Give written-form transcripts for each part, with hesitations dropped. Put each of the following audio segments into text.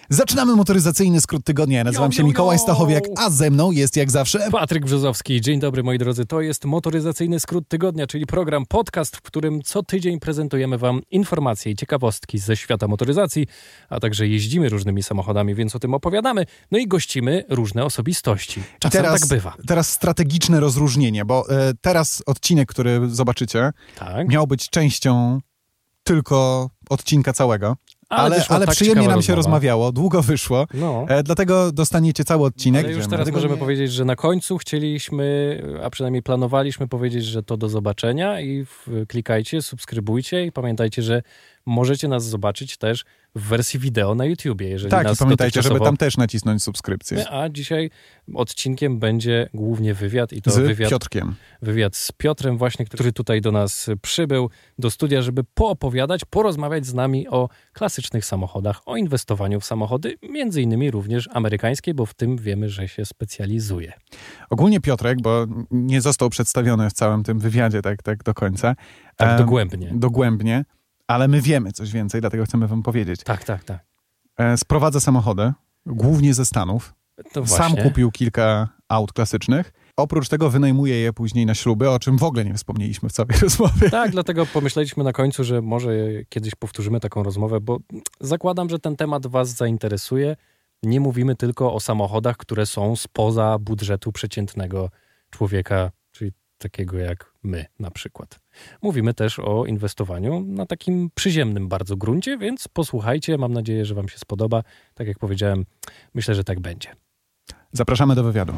Zaczynamy motoryzacyjny skrót tygodnia. Ja nazywam się Mikołaj Stachowiak, a ze mną jest jak zawsze Patryk Brzozowski. Dzień dobry moi drodzy. To jest motoryzacyjny skrót tygodnia, czyli program, podcast, w którym co tydzień prezentujemy wam informacje i ciekawostki ze świata motoryzacji, a także jeździmy różnymi samochodami, więc o tym opowiadamy. No i gościmy różne osobistości. Czasem tak bywa. Teraz strategiczne rozróżnienie, bo teraz odcinek, który zobaczycie, miał być częścią tylko odcinka całego. Ale przyjemnie nam się rozmawiało, długo wyszło, dlatego dostaniecie cały odcinek. Ale już teraz możemy powiedzieć, że na końcu chcieliśmy, a przynajmniej planowaliśmy powiedzieć, że to do zobaczenia i klikajcie, subskrybujcie i pamiętajcie, że możecie nas zobaczyć też w wersji wideo na YouTubie. Jeżeli tak, nas i pamiętajcie, żeby tam też nacisnąć subskrypcję. A dzisiaj odcinkiem będzie głównie wywiad i to Piotrkiem. Wywiad z Piotrem właśnie, który tutaj do nas przybył do studia, żeby poopowiadać, porozmawiać z nami o klasycznych samochodach, o inwestowaniu w samochody, między innymi również amerykańskie, bo w tym wiemy, że się specjalizuje. Ogólnie Piotrek, bo nie został przedstawiony w całym tym wywiadzie tak do końca. Tak, dogłębnie. Ale my wiemy coś więcej, dlatego chcemy wam powiedzieć. Tak. Sprowadza samochody, głównie ze Stanów. Sam kupił kilka aut klasycznych. Oprócz tego wynajmuje je później na śluby, o czym w ogóle nie wspomnieliśmy w całej rozmowie. Tak, dlatego pomyśleliśmy na końcu, że może kiedyś powtórzymy taką rozmowę, bo zakładam, że ten temat was zainteresuje. Nie mówimy tylko o samochodach, które są spoza budżetu przeciętnego człowieka, czyli takiego jak my na przykład. Mówimy też o inwestowaniu na takim przyziemnym bardzo gruncie, więc posłuchajcie, mam nadzieję, że wam się spodoba. Tak jak powiedziałem, myślę, że tak będzie. Zapraszamy do wywiadu.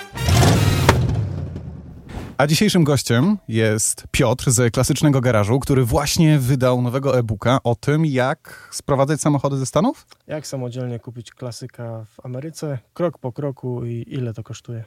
A dzisiejszym gościem jest Piotr z Klasycznego Garażu, który właśnie wydał nowego e-booka o tym, jak sprowadzać samochody ze Stanów? Jak samodzielnie kupić klasyka w Ameryce, krok po kroku i ile to kosztuje.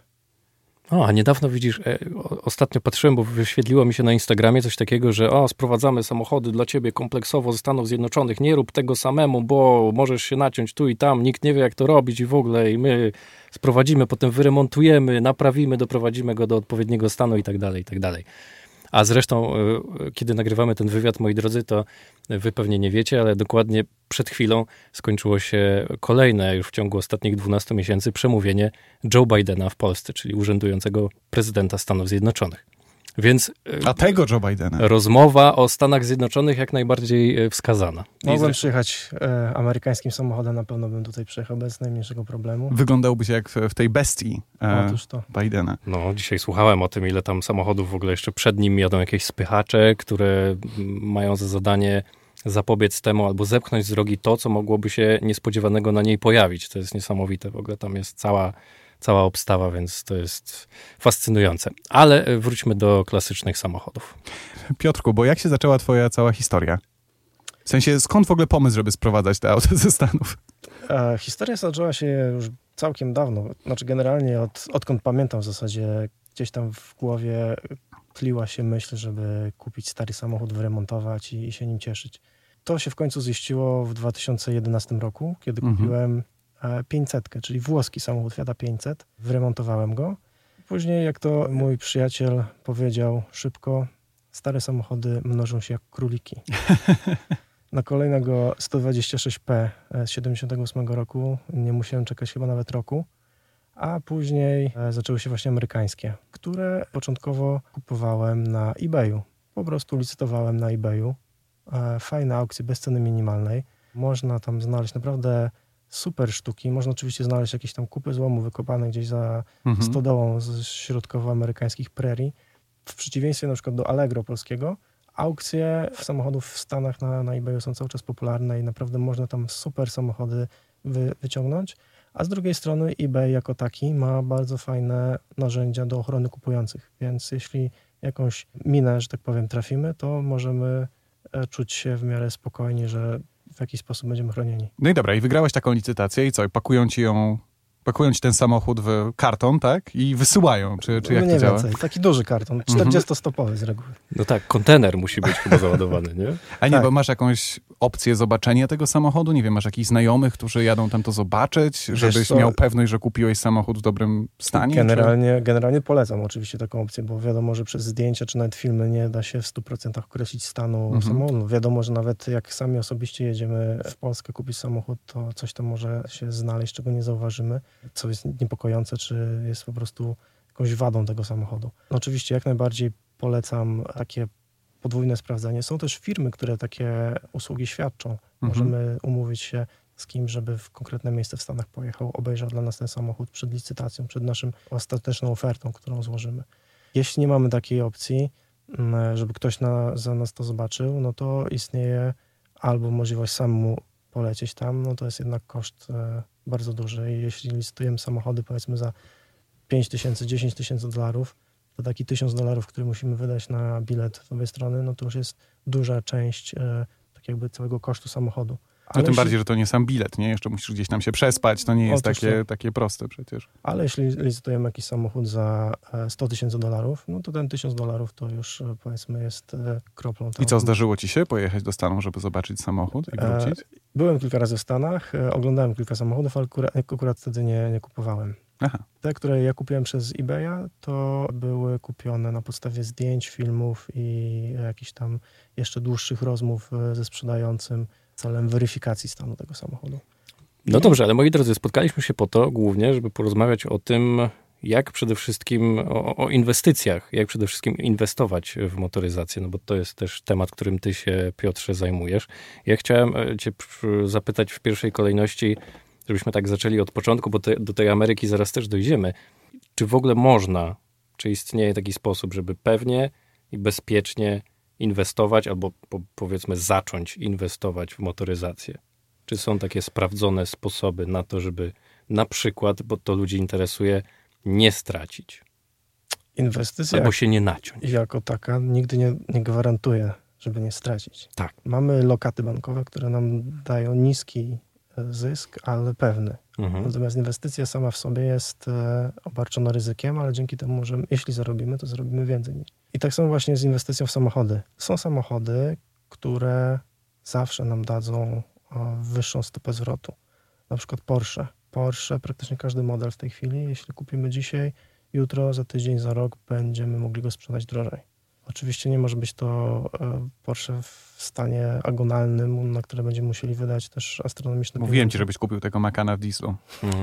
A niedawno widzisz, ostatnio patrzyłem, bo wyświetliło mi się na Instagramie coś takiego, że sprowadzamy samochody dla ciebie kompleksowo ze Stanów Zjednoczonych, nie rób tego samemu, bo możesz się naciąć tu i tam, nikt nie wie jak to robić i w ogóle i my sprowadzimy, potem wyremontujemy, naprawimy, doprowadzimy go do odpowiedniego stanu i tak dalej, i tak dalej. A zresztą, kiedy nagrywamy ten wywiad, moi drodzy, to wy pewnie nie wiecie, ale dokładnie przed chwilą skończyło się kolejne już w ciągu ostatnich 12 miesięcy przemówienie Joe Bidena w Polsce, czyli urzędującego prezydenta Stanów Zjednoczonych. Więc tego Joe Bidena. Rozmowa o Stanach Zjednoczonych jak najbardziej wskazana. Mogłem przyjechać amerykańskim samochodem, na pewno bym tutaj przyjechał bez najmniejszego problemu. Wyglądałbyś jak w tej bestii Bidena. No, dzisiaj słuchałem o tym, ile tam samochodów w ogóle jeszcze przed nim jadą jakieś spychacze, które mają za zadanie zapobiec temu albo zepchnąć z drogi to, co mogłoby się niespodziewanego na niej pojawić. To jest niesamowite. W ogóle tam jest cała obstawa, więc to jest fascynujące. Ale wróćmy do klasycznych samochodów. Piotrku, bo jak się zaczęła twoja cała historia? W sensie, skąd w ogóle pomysł, żeby sprowadzać te auta ze Stanów? Historia zaczęła się już całkiem dawno. Znaczy generalnie odkąd pamiętam w zasadzie, gdzieś tam w głowie tliła się myśl, żeby kupić stary samochód, wyremontować i się nim cieszyć. To się w końcu ziściło w 2011 roku, kiedy kupiłem 500, czyli włoski samochód Fiata 500. Wyremontowałem go. Później, jak to mój przyjaciel powiedział szybko, stare samochody mnożą się jak króliki. Na kolejnego 126P z 78 roku nie musiałem czekać chyba nawet roku, a później zaczęły się właśnie amerykańskie, które początkowo kupowałem na eBayu. Po prostu licytowałem na eBayu. Fajne aukcje bez ceny minimalnej. Można tam znaleźć naprawdę super sztuki. Można oczywiście znaleźć jakieś tam kupy złomu wykopane gdzieś za stodołą z środkowoamerykańskich prerii. W przeciwieństwie na przykład do Allegro polskiego, aukcje samochodów w Stanach na eBayu są cały czas popularne i naprawdę można tam super samochody wyciągnąć. A z drugiej strony eBay jako taki ma bardzo fajne narzędzia do ochrony kupujących. Więc jeśli jakąś minę, że tak powiem, trafimy, to możemy czuć się w miarę spokojni, że w jakiś sposób będziemy chronieni. No i dobra, i wygrałeś taką licytację i co? Pakują ci ten samochód w karton, tak? I wysyłają, czy jak to działa? Więcej. Taki duży karton, 40-stopowy z reguły. No tak, kontener musi być chyba załadowany, nie? A nie, bo masz jakąś opcję zobaczenia tego samochodu? Nie wiem, masz jakichś znajomych, którzy jadą tam to zobaczyć, żebyś miał pewność, że kupiłeś samochód w dobrym stanie? Generalnie polecam oczywiście taką opcję, bo wiadomo, że przez zdjęcia czy nawet filmy nie da się w 100% określić stanu samochodu. Wiadomo, że nawet jak sami osobiście jedziemy w Polskę kupić samochód, to coś tam może się znaleźć, czego nie zauważymy, co jest niepokojące, czy jest po prostu jakąś wadą tego samochodu. No oczywiście jak najbardziej polecam takie podwójne sprawdzenie. Są też firmy, które takie usługi świadczą. Możemy umówić się z kimś, żeby w konkretne miejsce w Stanach pojechał, obejrzał dla nas ten samochód przed licytacją, przed naszą ostateczną ofertą, którą złożymy. Jeśli nie mamy takiej opcji, żeby ktoś za nas to zobaczył, no to istnieje albo możliwość samemu polecieć tam, no to jest jednak koszt bardzo duży i jeśli licytujemy samochody powiedzmy za $5,000, $10,000, to taki $1,000, który musimy wydać na bilet w obie strony, no to już jest duża część tak jakby całego kosztu samochodu. No tym bardziej, że to nie sam bilet, nie? Jeszcze musisz gdzieś tam się przespać, to nie jest takie proste przecież. Ale jeśli licytujemy jakiś samochód za $100,000, no to ten $1,000 to już powiedzmy jest kroplą. I co, zdarzyło ci się pojechać do Stanów, żeby zobaczyć samochód i wrócić? Byłem kilka razy w Stanach, oglądałem kilka samochodów, ale akurat wtedy nie kupowałem. Aha. Te, które ja kupiłem przez eBaya, to były kupione na podstawie zdjęć, filmów i jakichś tam jeszcze dłuższych rozmów ze sprzedającym celem weryfikacji stanu tego samochodu. No dobrze, ale moi drodzy, spotkaliśmy się po to głównie, żeby porozmawiać o tym, jak przede wszystkim, o inwestycjach, jak przede wszystkim inwestować w motoryzację, no bo to jest też temat, którym ty się, Piotrze, zajmujesz. Ja chciałem cię zapytać w pierwszej kolejności, żebyśmy tak zaczęli od początku, bo do tej Ameryki zaraz też dojdziemy. Czy w ogóle można, czy istnieje taki sposób, żeby pewnie i bezpiecznie inwestować albo powiedzmy zacząć inwestować w motoryzację? Czy są takie sprawdzone sposoby na to, żeby na przykład, bo to ludzi interesuje, nie stracić? Inwestycja albo się nie naciąć. Jako taka nigdy nie gwarantuje, żeby nie stracić. Tak. Mamy lokaty bankowe, które nam dają niski zysk, ale pewny. Natomiast inwestycja sama w sobie jest obarczona ryzykiem, ale dzięki temu, że jeśli zarobimy, to zarobimy więcej. I tak samo właśnie z inwestycją w samochody. Są samochody, które zawsze nam dadzą wyższą stopę zwrotu. Na przykład Porsche, praktycznie każdy model w tej chwili, jeśli kupimy dzisiaj, jutro, za tydzień, za rok będziemy mogli go sprzedać drożej. Oczywiście nie może być to Porsche w stanie agonalnym, na które będziemy musieli wydać też astronomiczne pieniądze. Mówiłem ci, żebyś kupił tego Macana w dieslu.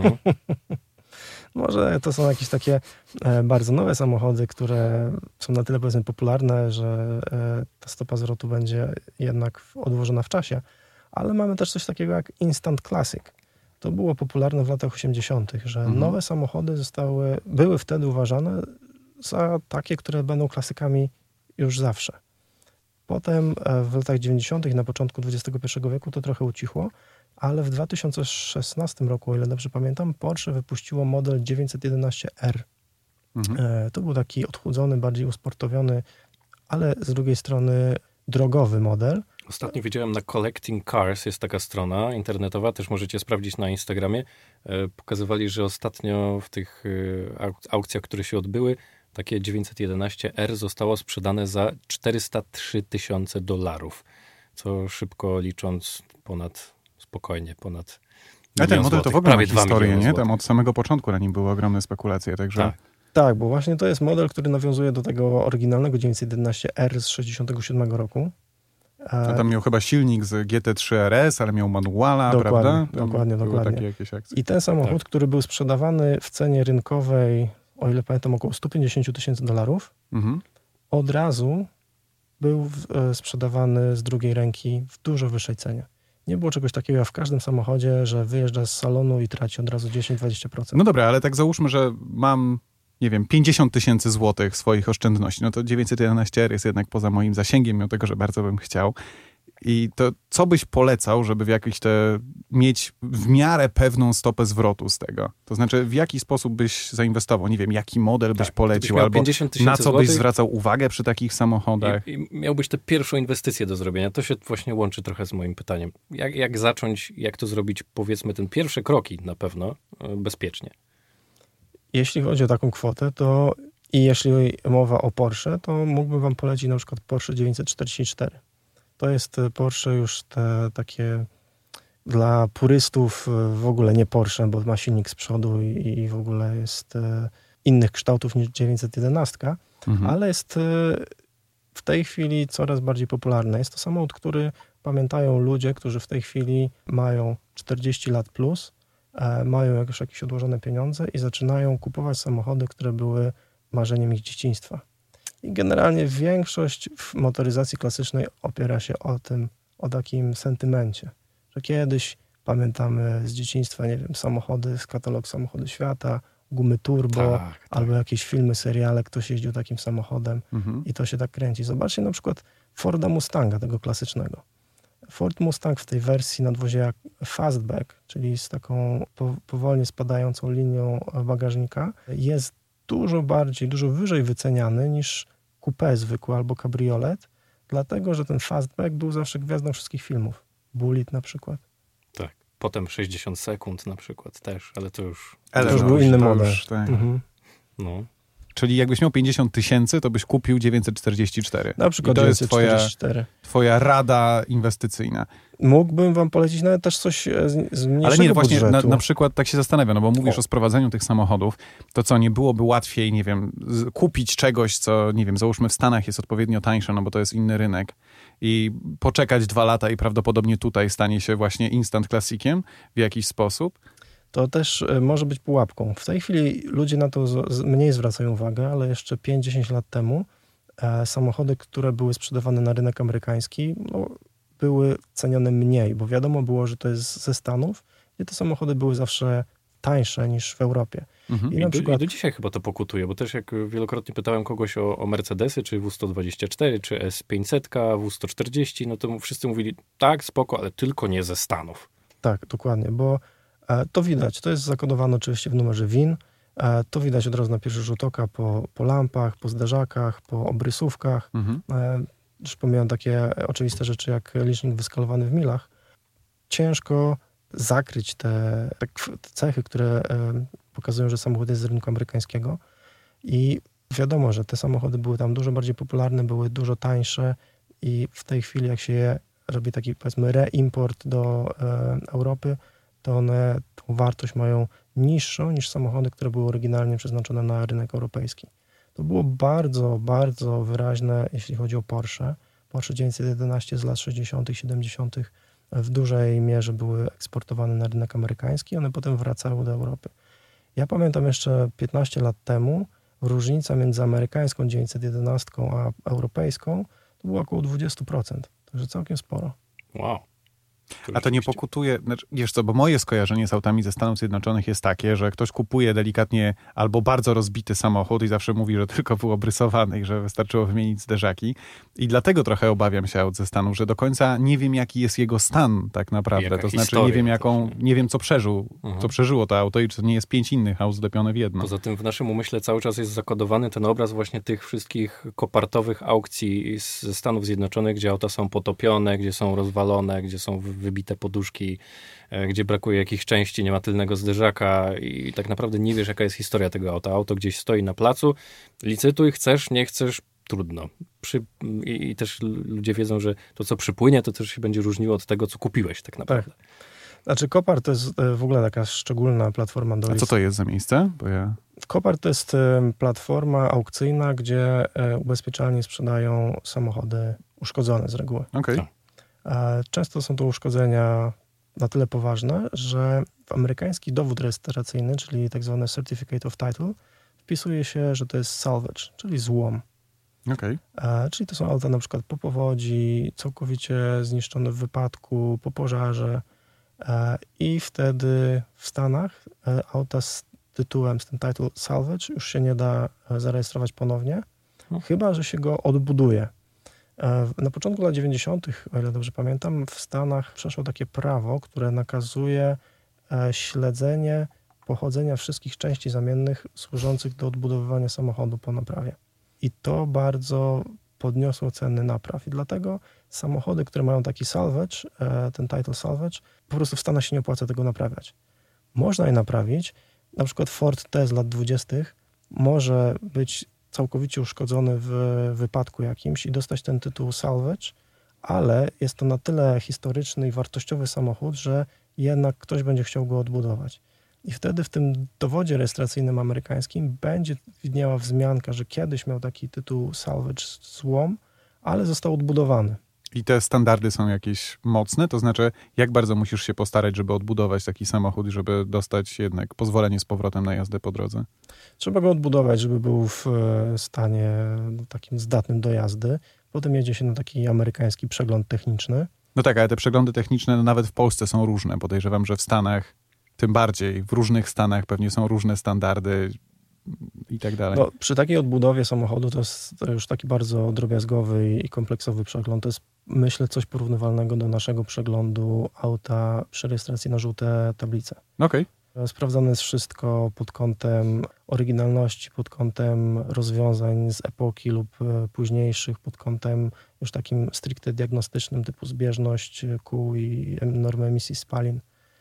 Może to są jakieś takie bardzo nowe samochody, które są na tyle powiedzmy popularne, że ta stopa zwrotu będzie jednak odłożona w czasie. Ale mamy też coś takiego jak Instant Classic. To było popularne w latach 80., że nowe samochody były wtedy uważane za takie, które będą klasykami już zawsze. Potem w latach 90. i na początku XXI wieku to trochę ucichło, ale w 2016 roku, o ile dobrze pamiętam, Porsche wypuściło model 911R. To był taki odchudzony, bardziej usportowiony, ale z drugiej strony drogowy model. Ostatnio widziałem na Collecting Cars, jest taka strona internetowa, też możecie sprawdzić na Instagramie. Pokazywali, że ostatnio w tych aukcjach, które się odbyły, takie 911R zostało sprzedane za $403,000, co szybko licząc spokojnie ponad a ten model to w ogóle ma historię, nie? Tam od samego początku na nim były ogromne spekulacje, także... Tak, bo właśnie to jest model, który nawiązuje do tego oryginalnego 911R z 1967 roku. A tam miał chyba silnik z GT3 RS, ale miał manuala, prawda? Dokładnie. Takie jakieś akcje. I ten samochód, który był sprzedawany w cenie rynkowej, o ile pamiętam, około $150,000, od razu był sprzedawany z drugiej ręki w dużo wyższej cenie. Nie było czegoś takiego jak w każdym samochodzie, że wyjeżdża z salonu i traci od razu 10-20%. No dobra, ale tak załóżmy, że mam, nie wiem, 50,000 złotych swoich oszczędności. No to 911R jest jednak poza moim zasięgiem, mimo tego, że bardzo bym chciał. I to co byś polecał, żeby mieć w miarę pewną stopę zwrotu z tego? To znaczy, w jaki sposób byś zainwestował? Nie wiem, jaki model byś polecił, albo na co byś zwracał uwagę przy takich samochodach? I miałbyś tę pierwszą inwestycję do zrobienia. To się właśnie łączy trochę z moim pytaniem. Jak zacząć, jak to zrobić, powiedzmy, ten pierwsze kroki na pewno bezpiecznie? Jeśli chodzi o taką kwotę, to i jeśli mowa o Porsche, to mógłbym wam polecić na przykład Porsche 944. To jest Porsche już te takie dla purystów w ogóle nie Porsche, bo ma silnik z przodu i w ogóle jest innych kształtów niż 911, ale jest w tej chwili coraz bardziej popularny. Jest to samochód, który pamiętają ludzie, którzy w tej chwili mają 40 lat plus, mają już jakieś odłożone pieniądze i zaczynają kupować samochody, które były marzeniem ich dzieciństwa. I generalnie większość w motoryzacji klasycznej opiera się o takim sentymencie, że kiedyś pamiętamy z dzieciństwa, nie wiem, samochody z katalogu Samochody Świata, gumy turbo, albo jakieś filmy, seriale, ktoś jeździł takim samochodem i to się tak kręci. Zobaczcie na przykład Forda Mustanga, tego klasycznego. Ford Mustang w tej wersji nadwozia fastback, czyli z taką powolnie spadającą linią bagażnika, jest dużo wyżej wyceniany niż coupé zwykłe albo kabriolet, dlatego, że ten fastback był zawsze gwiazdą wszystkich filmów. Bullitt na przykład. Tak. Potem 60 sekund na przykład też, ale to już... Ale to już był inny model. Tak. No. Czyli jakbyś miał 50 000, to byś kupił 944. Na przykład 944. To jest twoja rada inwestycyjna. Mógłbym wam polecić nawet też coś z mniejszego Ale nie, właśnie budżetu. na przykład tak się zastanawiam, no bo mówisz o sprowadzeniu tych samochodów, to co, nie byłoby łatwiej, nie wiem, kupić czegoś, co, nie wiem, załóżmy w Stanach jest odpowiednio tańsze, no bo to jest inny rynek i poczekać 2 lata i prawdopodobnie tutaj stanie się właśnie instant classiciem w jakiś sposób? To też może być pułapką. W tej chwili ludzie na to mniej zwracają uwagę, ale jeszcze 5-10 lat temu samochody, które były sprzedawane na rynek amerykański, były cenione mniej, bo wiadomo było, że to jest ze Stanów, gdzie te samochody były zawsze tańsze niż w Europie. I na przykład... do dzisiaj chyba to pokutuje, bo też jak wielokrotnie pytałem kogoś o Mercedesy, czy W124, czy S500, W140, no to wszyscy mówili, tak, spoko, ale tylko nie ze Stanów. Tak, dokładnie, bo to widać, to jest zakodowane oczywiście w numerze VIN, to widać od razu na pierwszy rzut oka po lampach, po zderzakach, po obrysówkach. Już pomijam takie oczywiste rzeczy jak licznik wyskalowany w milach. Ciężko zakryć te cechy, które pokazują, że samochód jest z rynku amerykańskiego i wiadomo, że te samochody były tam dużo bardziej popularne, były dużo tańsze i w tej chwili jak się je robi taki, powiedzmy, reimport do Europy, to one tą wartość mają niższą niż samochody, które były oryginalnie przeznaczone na rynek europejski. To było bardzo, bardzo wyraźne, jeśli chodzi o Porsche. Porsche 911 z lat 60., 70. w dużej mierze były eksportowane na rynek amerykański, one potem wracały do Europy. Ja pamiętam jeszcze 15 lat temu różnica między amerykańską 911 a europejską to było około 20%, także całkiem sporo. Wow. A to nie pokutuje, wiesz co, bo moje skojarzenie z autami ze Stanów Zjednoczonych jest takie, że ktoś kupuje delikatnie albo bardzo rozbity samochód i zawsze mówi, że tylko był obrysowany i że wystarczyło wymienić zderzaki. I dlatego trochę obawiam się aut ze Stanów, że do końca nie wiem, jaki jest jego stan tak naprawdę. Jaka to znaczy historia, nie wiem, co przeżył, co przeżyło to auto i czy to nie jest 5 innych aut zlepione w jedno. Poza tym w naszym umyśle cały czas jest zakodowany ten obraz właśnie tych wszystkich kopartowych aukcji ze Stanów Zjednoczonych, gdzie auta są potopione, gdzie są rozwalone, gdzie są wybite poduszki, gdzie brakuje jakichś części, nie ma tylnego zderzaka i tak naprawdę nie wiesz, jaka jest historia tego auta. Auto gdzieś stoi na placu, licytuj, chcesz, nie chcesz, trudno. I też ludzie wiedzą, że to, co przypłynie, to też się będzie różniło od tego, co kupiłeś tak naprawdę. Tak. Znaczy Copart to jest w ogóle taka szczególna platforma do A co to jest za miejsce? Copart to jest platforma aukcyjna, gdzie ubezpieczalnie sprzedają samochody uszkodzone z reguły. Okay. Często są to uszkodzenia na tyle poważne, że w amerykański dowód rejestracyjny, czyli tak zwany Certificate of Title, wpisuje się, że to jest salvage, czyli złom. Okay. Czyli to są auta na przykład po powodzi, całkowicie zniszczone w wypadku, po pożarze i wtedy w Stanach auta z tytułem, z tym title salvage już się nie da zarejestrować ponownie, chyba że się go odbuduje. Na początku lat 90., o ile dobrze pamiętam, w Stanach przeszło takie prawo, które nakazuje śledzenie pochodzenia wszystkich części zamiennych służących do odbudowywania samochodu po naprawie. I to bardzo podniosło ceny napraw. I dlatego samochody, które mają taki salvage, ten title salvage, po prostu w Stanach się nie opłaca tego naprawiać. Można je naprawić. Na przykład Ford T z lat 20. może być całkowicie uszkodzony w wypadku jakimś i dostać ten tytuł salvage, ale jest to na tyle historyczny i wartościowy samochód, że jednak ktoś będzie chciał go odbudować. I wtedy w tym dowodzie rejestracyjnym amerykańskim będzie widniała wzmianka, że kiedyś miał taki tytuł salvage, złom, ale został odbudowany. I te standardy są jakieś mocne? To znaczy, jak bardzo musisz się postarać, żeby odbudować taki samochód, żeby dostać jednak pozwolenie z powrotem na jazdę po drodze? Trzeba go odbudować, żeby był w stanie takim zdatnym do jazdy. Potem jedzie się na taki amerykański przegląd techniczny. No tak, ale te przeglądy techniczne nawet w Polsce są różne. Podejrzewam, że w Stanach tym bardziej. W różnych stanach pewnie są różne standardy i tak dalej. No, przy takiej odbudowie samochodu to jest już taki bardzo drobiazgowy i kompleksowy przegląd. To jest, myślę, coś porównywalnego do naszego przeglądu auta przy rejestracji na żółte tablice. Okej. Sprawdzane jest wszystko pod kątem oryginalności, pod kątem rozwiązań z epoki lub późniejszych, pod kątem już takim stricte diagnostycznym typu zbieżność kół i normy emisji spalin.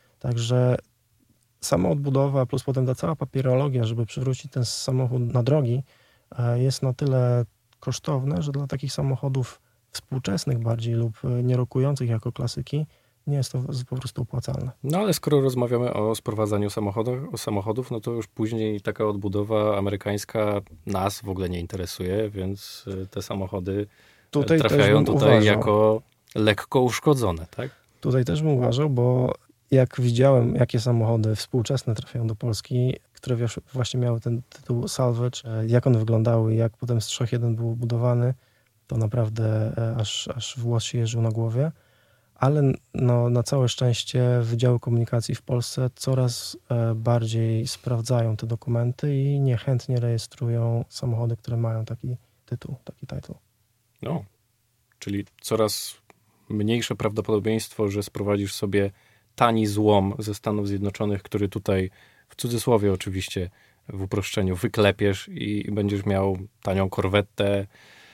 Także sama odbudowa plus potem ta cała papierologia, żeby przywrócić ten samochód na drogi, jest na tyle kosztowne, że dla takich samochodów współczesnych bardziej lub nie rokujących jako klasyki nie jest to po prostu opłacalne. No ale skoro rozmawiamy o sprowadzaniu samochodów, no to już później taka odbudowa amerykańska nas w ogóle nie interesuje, więc te samochody trafiają tutaj jako lekko uszkodzone, tak? Tutaj też bym uważał, bo jak widziałem, jakie samochody współczesne trafiają do Polski, które właśnie miały ten tytuł salvage, jak one wyglądały, jak potem strzech jeden był budowany, to naprawdę aż włos się jeżył na głowie. Ale no, na całe szczęście wydziały komunikacji w Polsce coraz bardziej sprawdzają te dokumenty i niechętnie rejestrują samochody, które mają taki tytuł, taki title. No, czyli coraz mniejsze prawdopodobieństwo, że sprowadzisz sobie tani złom ze Stanów Zjednoczonych, który tutaj, w cudzysłowie oczywiście, w uproszczeniu, wyklepiesz i będziesz miał tanią korwetę,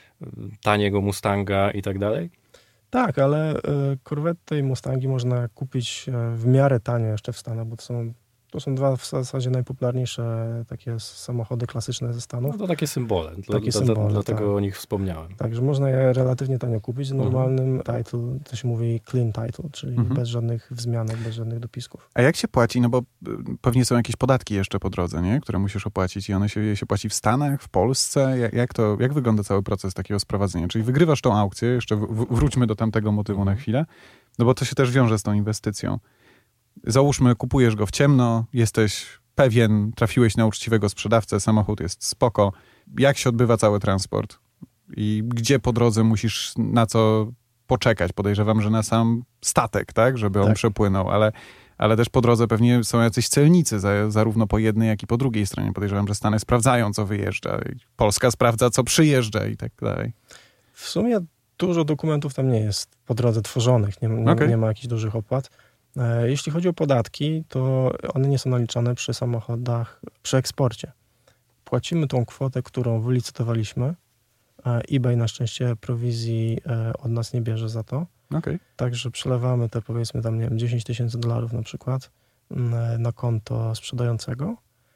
taniego Mustanga i tak dalej? Tak, ale korwety i Mustangi można kupić w miarę tanio jeszcze w Stanach, bo to są dwa w zasadzie najpopularniejsze takie samochody klasyczne ze Stanów. No to takie symbole, dlatego tak. O nich wspomniałem. Także można je relatywnie tanio kupić z normalnym title, to się mówi clean title, czyli bez żadnych wzmianek, bez żadnych dopisków. A jak się płaci? No bo pewnie są jakieś podatki jeszcze po drodze, nie? Które musisz opłacić i one się płaci w Stanach, w Polsce? Jak wygląda cały proces takiego sprowadzenia? Czyli wygrywasz tą aukcję, jeszcze wróćmy do tamtego motywu na chwilę, no bo to się też wiąże z tą inwestycją. Załóżmy, kupujesz go w ciemno, jesteś pewien, trafiłeś na uczciwego sprzedawcę, samochód jest spoko. Jak się odbywa cały transport? I gdzie po drodze musisz na co poczekać? Podejrzewam, że na sam statek, tak? Żeby on przepłynął, ale też po drodze pewnie są jacyś celnicy, zarówno po jednej, jak i po drugiej stronie. Podejrzewam, że Stany sprawdzają, co wyjeżdża. Polska sprawdza, co przyjeżdża i tak dalej. W sumie dużo dokumentów tam nie jest po drodze tworzonych, nie ma jakichś dużych opłat. Jeśli chodzi o podatki, to one nie są naliczane przy samochodach przy eksporcie. Płacimy tą kwotę, którą wylicytowaliśmy. eBay na szczęście prowizji od nas nie bierze za to. Także przelewamy te, powiedzmy tam, nie wiem, $10,000 na przykład na konto sprzedającego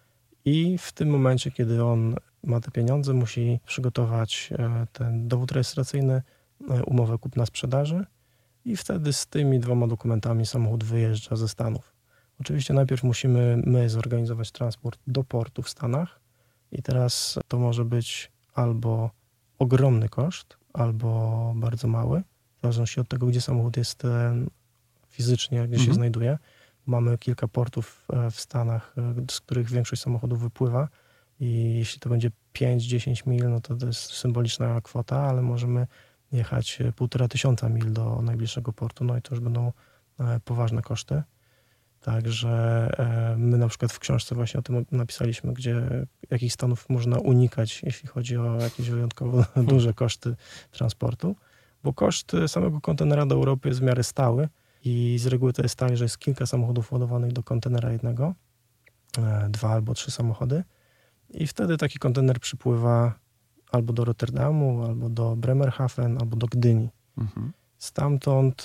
i w tym momencie, kiedy on ma te pieniądze, musi przygotować ten dowód rejestracyjny, umowę kupna-sprzedaży i wtedy z tymi 2 dokumentami samochód wyjeżdża ze Stanów. Oczywiście najpierw musimy my zorganizować transport do portu w Stanach i teraz to może być albo ogromny koszt, albo bardzo mały, w zależności od tego, gdzie samochód jest fizycznie, gdzie się znajduje. Mamy kilka portów w Stanach, z których większość samochodów wypływa i jeśli to będzie 5-10 mil, no to jest symboliczna kwota, ale możemy jechać 1500 mil do najbliższego portu, no i to już będą poważne koszty. Także my na przykład w książce właśnie o tym napisaliśmy, jakich stanów można unikać, jeśli chodzi o jakieś wyjątkowo duże koszty transportu, bo koszt samego kontenera do Europy jest w miarę stały i z reguły to jest tak, że jest kilka samochodów ładowanych do kontenera jednego, 2 albo 3 samochody i wtedy taki kontener przypływa albo do Rotterdamu, albo do Bremerhaven, albo do Gdyni. Stamtąd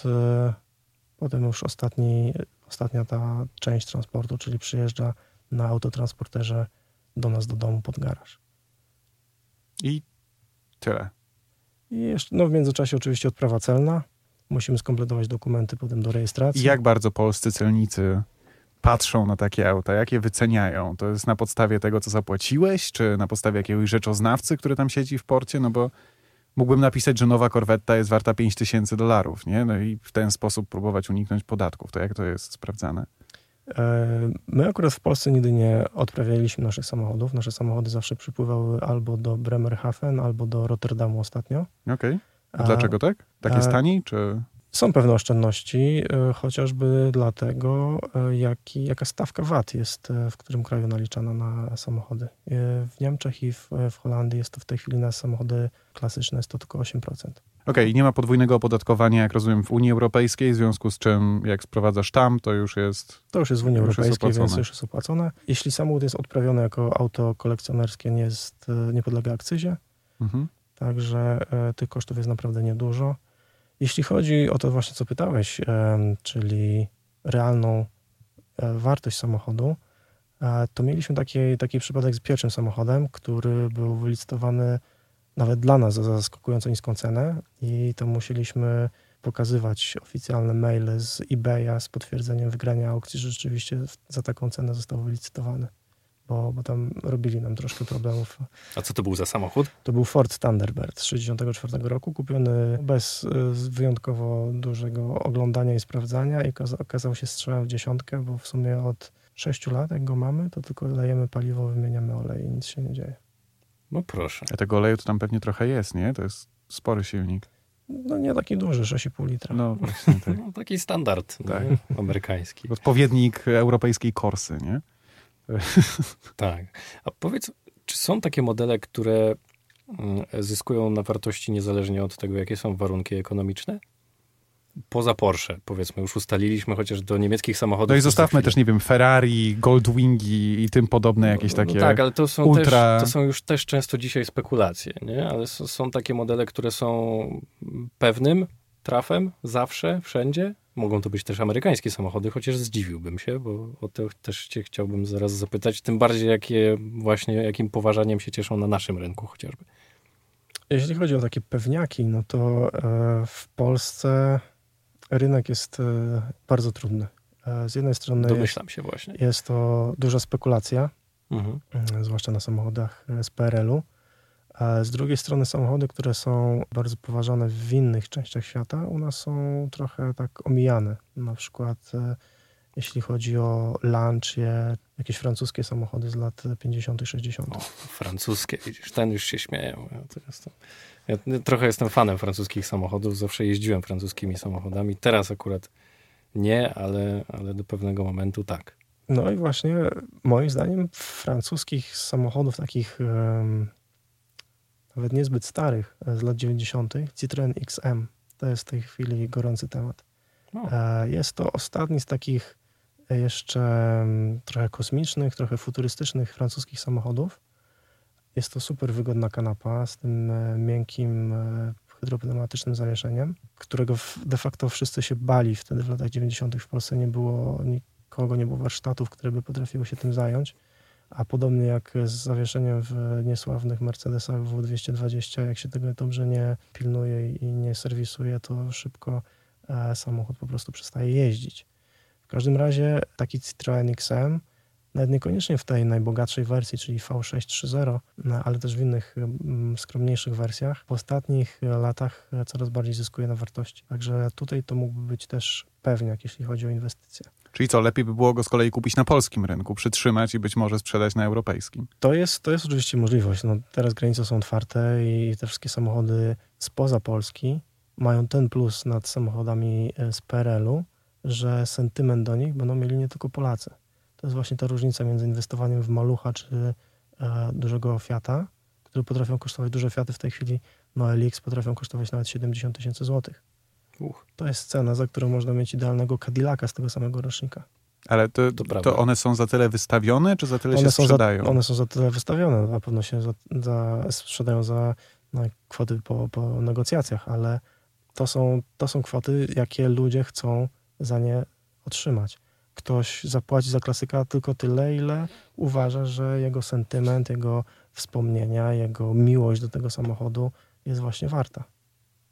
potem już ostatnia ta część transportu, czyli przyjeżdża na autotransporterze do nas do domu pod garaż. I tyle. I jeszcze, w międzyczasie oczywiście odprawa celna. musimy skompletować dokumenty potem do rejestracji. I jak bardzo polscy celnicy patrzą na takie auta, jak je wyceniają? To jest na podstawie tego, co zapłaciłeś, czy na podstawie jakiegoś rzeczoznawcy, który tam siedzi w porcie? No bo mógłbym napisać, że nowa korwetta jest warta $5,000, nie? No i w ten sposób próbować uniknąć podatków. To jak to jest sprawdzane? My akurat w Polsce nigdy nie odprawialiśmy naszych samochodów. Nasze samochody zawsze przypływały albo do Bremerhaven, albo do Rotterdamu ostatnio. Okej. A dlaczego tak? Tak jest taniej, czy... Są pewne oszczędności, chociażby dlatego, jaka stawka VAT jest w którym kraju naliczana na samochody. W Niemczech i w Holandii jest to w tej chwili na samochody klasyczne jest to tylko 8%. Okej, nie ma podwójnego opodatkowania, jak rozumiem, w Unii Europejskiej, w związku z czym jak sprowadzasz tam, to już jest... To już jest w Unii Europejskiej, więc już jest opłacone. Jeśli samochód jest odprawiony jako auto kolekcjonerskie, nie podlega akcyzie, także tych kosztów jest naprawdę niedużo. Jeśli chodzi o to właśnie, co pytałeś, czyli realną wartość samochodu, to mieliśmy taki przypadek z pierwszym samochodem, który był wylicytowany nawet dla nas za zaskakująco niską cenę i to musieliśmy pokazywać oficjalne maile z eBaya z potwierdzeniem wygrania aukcji, że rzeczywiście za taką cenę został wylicytowany. Bo tam robili nam troszkę problemów. A co to był za samochód? To był Ford Thunderbird z 1964 roku, kupiony bez wyjątkowo dużego oglądania i sprawdzania i okazał się strzałem w dziesiątkę, bo w sumie od 6 lat, jak go mamy, to tylko dajemy paliwo, wymieniamy olej i nic się nie dzieje. No proszę. A tego oleju to tam pewnie trochę jest, nie? To jest spory silnik. No nie taki duży, 6,5 litra. No właśnie, tak. No, taki standard tak. Amerykański. Odpowiednik europejskiej Corsy, nie? Tak. A powiedz, czy są takie modele, które zyskują na wartości niezależnie od tego, jakie są warunki ekonomiczne? Poza Porsche, powiedzmy, już ustaliliśmy, chociaż do niemieckich samochodów... No i zostawmy też, nie wiem, Ferrari, Goldwingi i tym podobne jakieś takie no tak, ale to są, ultra... to są już też często dzisiaj spekulacje, nie? Ale są takie modele, które są pewnym trafem, zawsze, wszędzie. Mogą to być też amerykańskie samochody, chociaż zdziwiłbym się, bo o to też cię chciałbym zaraz zapytać, tym bardziej jakim poważaniem się cieszą na naszym rynku chociażby. Jeśli chodzi o takie pewniaki, no to w Polsce rynek jest bardzo trudny. Z jednej strony domyślam się właśnie. Jest to duża spekulacja, zwłaszcza na samochodach z PRL-u. A z drugiej strony samochody, które są bardzo poważane w innych częściach świata, u nas są trochę tak omijane. Na przykład jeśli chodzi o Lancia, jakieś francuskie samochody z lat 50. 60. O, francuskie, widzisz, ten już się śmieją. Ja trochę jestem fanem francuskich samochodów, zawsze jeździłem francuskimi samochodami. Teraz akurat nie, ale do pewnego momentu tak. No i właśnie moim zdaniem francuskich samochodów takich nawet niezbyt starych, z lat 90. Citroën XM, to jest w tej chwili gorący temat. Jest to ostatni z takich jeszcze trochę kosmicznych, trochę futurystycznych francuskich samochodów. Jest to super wygodna kanapa z tym miękkim hydropneumatycznym zawieszeniem, którego de facto wszyscy się bali wtedy w latach 90. W Polsce nikogo nie było warsztatów, które by potrafiły się tym zająć. A podobnie jak z zawieszeniem w niesławnych Mercedesach W220, jak się tego dobrze nie pilnuje i nie serwisuje, to szybko samochód po prostu przestaje jeździć. W każdym razie taki Citroën XM, nawet niekoniecznie w tej najbogatszej wersji, czyli V6 3.0, ale też w innych skromniejszych wersjach, w ostatnich latach coraz bardziej zyskuje na wartości. Także tutaj to mógłby być też pewniak, jeśli chodzi o inwestycje. Czyli co, lepiej by było go z kolei kupić na polskim rynku, przytrzymać i być może sprzedać na europejskim? To jest oczywiście możliwość. No, teraz granice są otwarte i te wszystkie samochody spoza Polski mają ten plus nad samochodami z PRL-u, że sentyment do nich będą mieli nie tylko Polacy. To jest właśnie ta różnica między inwestowaniem w malucha czy dużego Fiata, które potrafią kosztować, duże Fiaty w tej chwili, no LX potrafią kosztować nawet 70 000 złotych. To jest cena, za którą można mieć idealnego Cadillaca z tego samego rocznika. Ale to one są za tyle wystawione, czy za tyle się sprzedają? One są za tyle wystawione. Na pewno się sprzedają za kwoty po negocjacjach, ale to są kwoty, jakie ludzie chcą za nie otrzymać. Ktoś zapłaci za klasyka tylko tyle, ile uważa, że jego sentyment, jego wspomnienia, jego miłość do tego samochodu jest właśnie warta.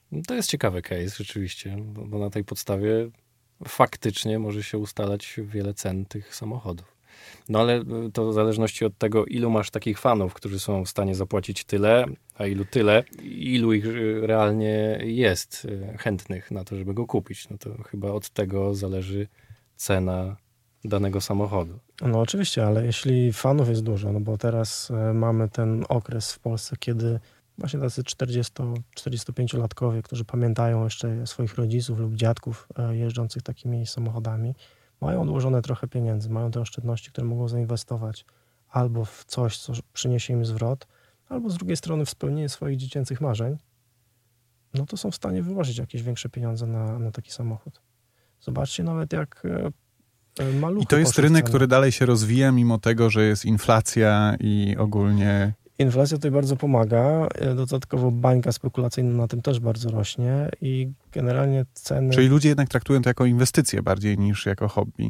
To jest ciekawy case rzeczywiście, bo na tej podstawie faktycznie może się ustalać wiele cen tych samochodów. No ale to w zależności od tego, ilu masz takich fanów, którzy są w stanie zapłacić tyle, a ilu tyle, ilu ich realnie jest chętnych na to, żeby go kupić. No to chyba od tego zależy cena danego samochodu. No oczywiście, ale jeśli fanów jest dużo, no bo teraz mamy ten okres w Polsce, kiedy właśnie tacy 40-45-latkowie, którzy pamiętają jeszcze swoich rodziców lub dziadków jeżdżących takimi samochodami, mają odłożone trochę pieniędzy, mają te oszczędności, które mogą zainwestować albo w coś, co przyniesie im zwrot, albo z drugiej strony w spełnienie swoich dziecięcych marzeń, no to są w stanie wyłożyć jakieś większe pieniądze na taki samochód. Zobaczcie nawet jak maluchy. I to jest rynek, który dalej się rozwija, mimo tego, że jest inflacja i ogólnie... Inflacja tutaj bardzo pomaga, dodatkowo bańka spekulacyjna na tym też bardzo rośnie i generalnie ceny... Czyli ludzie jednak traktują to jako inwestycje bardziej niż jako hobby.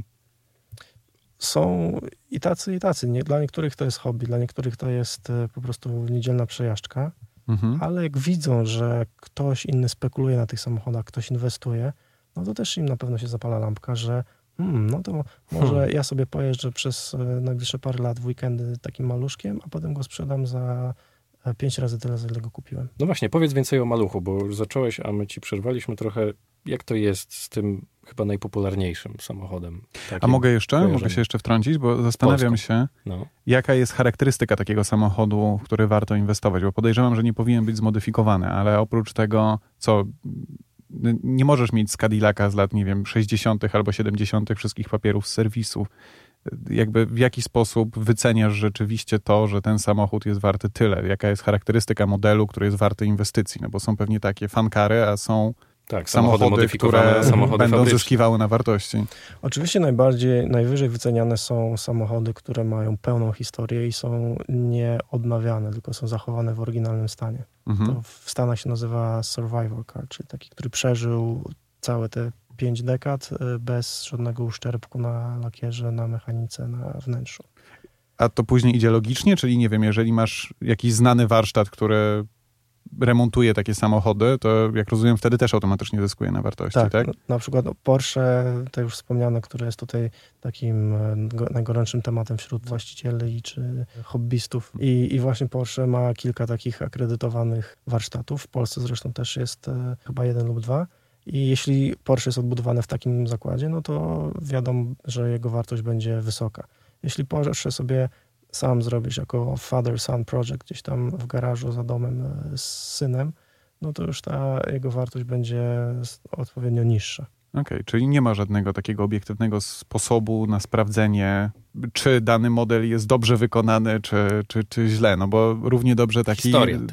Są i tacy. Dla niektórych to jest hobby, dla niektórych to jest po prostu niedzielna przejażdżka, ale jak widzą, że ktoś inny spekuluje na tych samochodach, ktoś inwestuje, no to też im na pewno się zapala lampka, że no to może ja sobie pojeżdżę przez najbliższe parę lat w weekendy takim maluszkiem, a potem go sprzedam za 5 razy tyle, za ile go kupiłem. No właśnie, powiedz więcej o maluchu, bo już zacząłeś, a my ci przerwaliśmy trochę. Jak to jest z tym chyba najpopularniejszym samochodem? A mogę się jeszcze wtrącić, bo zastanawiam się, jaka jest charakterystyka takiego samochodu, w który warto inwestować, bo podejrzewam, że nie powinien być zmodyfikowany, ale oprócz tego, nie możesz mieć z Cadillaca z lat, 60. albo 70. wszystkich papierów z serwisu. Jakby w jaki sposób wyceniasz rzeczywiście to, że ten samochód jest warty tyle? Jaka jest charakterystyka modelu, który jest warty inwestycji? No bo są pewnie takie fankary, a są samochody, które będą zyskiwały na wartości. Oczywiście najwyżej wyceniane są samochody, które mają pełną historię i są nieodnawiane, tylko są zachowane w oryginalnym stanie. To w Stanach się nazywa survivor car, czyli taki, który przeżył całe te 5 dekad bez żadnego uszczerbku na lakierze, na mechanice, na wnętrzu. A to później idzie logicznie? Czyli jeżeli masz jakiś znany warsztat, który remontuje takie samochody, to jak rozumiem, wtedy też automatycznie zyskuje na wartości, tak? Na przykład Porsche, to już wspomniane, które jest tutaj takim najgorętszym tematem wśród właścicieli czy hobbystów. I właśnie Porsche ma kilka takich akredytowanych warsztatów. W Polsce zresztą też jest chyba 1 lub 2. I jeśli Porsche jest odbudowane w takim zakładzie, no to wiadomo, że jego wartość będzie wysoka. Jeśli Porsche sobie sam zrobisz jako father-son project gdzieś tam w garażu za domem z synem, no to już ta jego wartość będzie odpowiednio niższa. Okej, czyli nie ma żadnego takiego obiektywnego sposobu na sprawdzenie, czy dany model jest dobrze wykonany, czy źle. No bo równie dobrze taki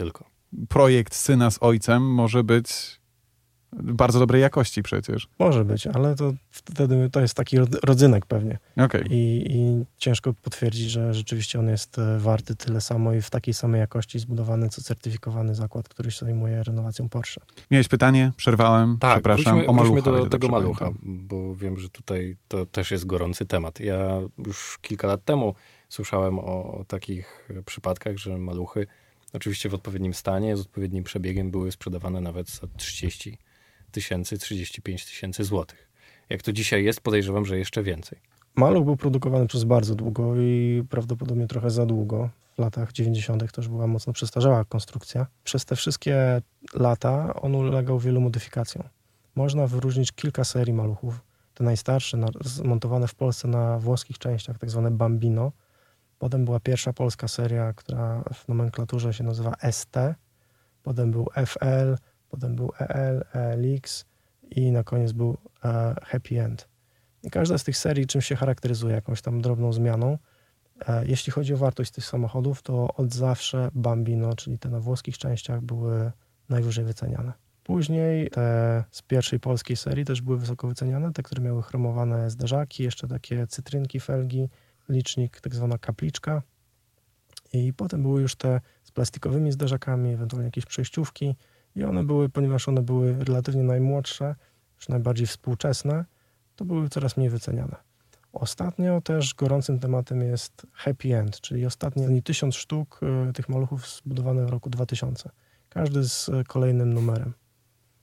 projekt syna z ojcem może być bardzo dobrej jakości przecież. Może być, ale to wtedy to jest taki rodzynek pewnie. Okay. I ciężko potwierdzić, że rzeczywiście on jest warty tyle samo i w takiej samej jakości zbudowany, co certyfikowany zakład, który się zajmuje renowacją Porsche. Miałeś pytanie? Przerwałem. Tak, przepraszam. O malucha. Do tego malucha, bo wiem, że tutaj to też jest gorący temat. Ja już kilka lat temu słyszałem o takich przypadkach, że maluchy oczywiście w odpowiednim stanie, z odpowiednim przebiegiem były sprzedawane nawet za 30 tysięcy, 35 tysięcy złotych. Jak to dzisiaj jest, podejrzewam, że jeszcze więcej. Maluch był produkowany przez bardzo długo i prawdopodobnie trochę za długo. W latach 90. to już była mocno przestarzała konstrukcja. Przez te wszystkie lata on ulegał wielu modyfikacjom. Można wyróżnić kilka serii maluchów. Te najstarsze, zmontowane w Polsce na włoskich częściach, tak zwane Bambino. Potem była pierwsza polska seria, która w nomenklaturze się nazywa ST. Potem był FL, potem był EL, ELX i na koniec był Happy End. I każda z tych serii czymś się charakteryzuje, jakąś tam drobną zmianą. Jeśli chodzi o wartość tych samochodów, to od zawsze Bambino, czyli te na włoskich częściach, były najwyżej wyceniane. Później te z pierwszej polskiej serii też były wysoko wyceniane, te, które miały chromowane zderzaki, jeszcze takie cytrynki, felgi, licznik, tak zwana kapliczka. I potem były już te z plastikowymi zderzakami, ewentualnie jakieś przejściówki. I one były, ponieważ one były relatywnie najmłodsze, już najbardziej współczesne, to były coraz mniej wyceniane. Ostatnio też gorącym tematem jest Happy End, czyli ostatnie 1000 sztuk tych maluchów zbudowane w roku 2000. Każdy z kolejnym numerem.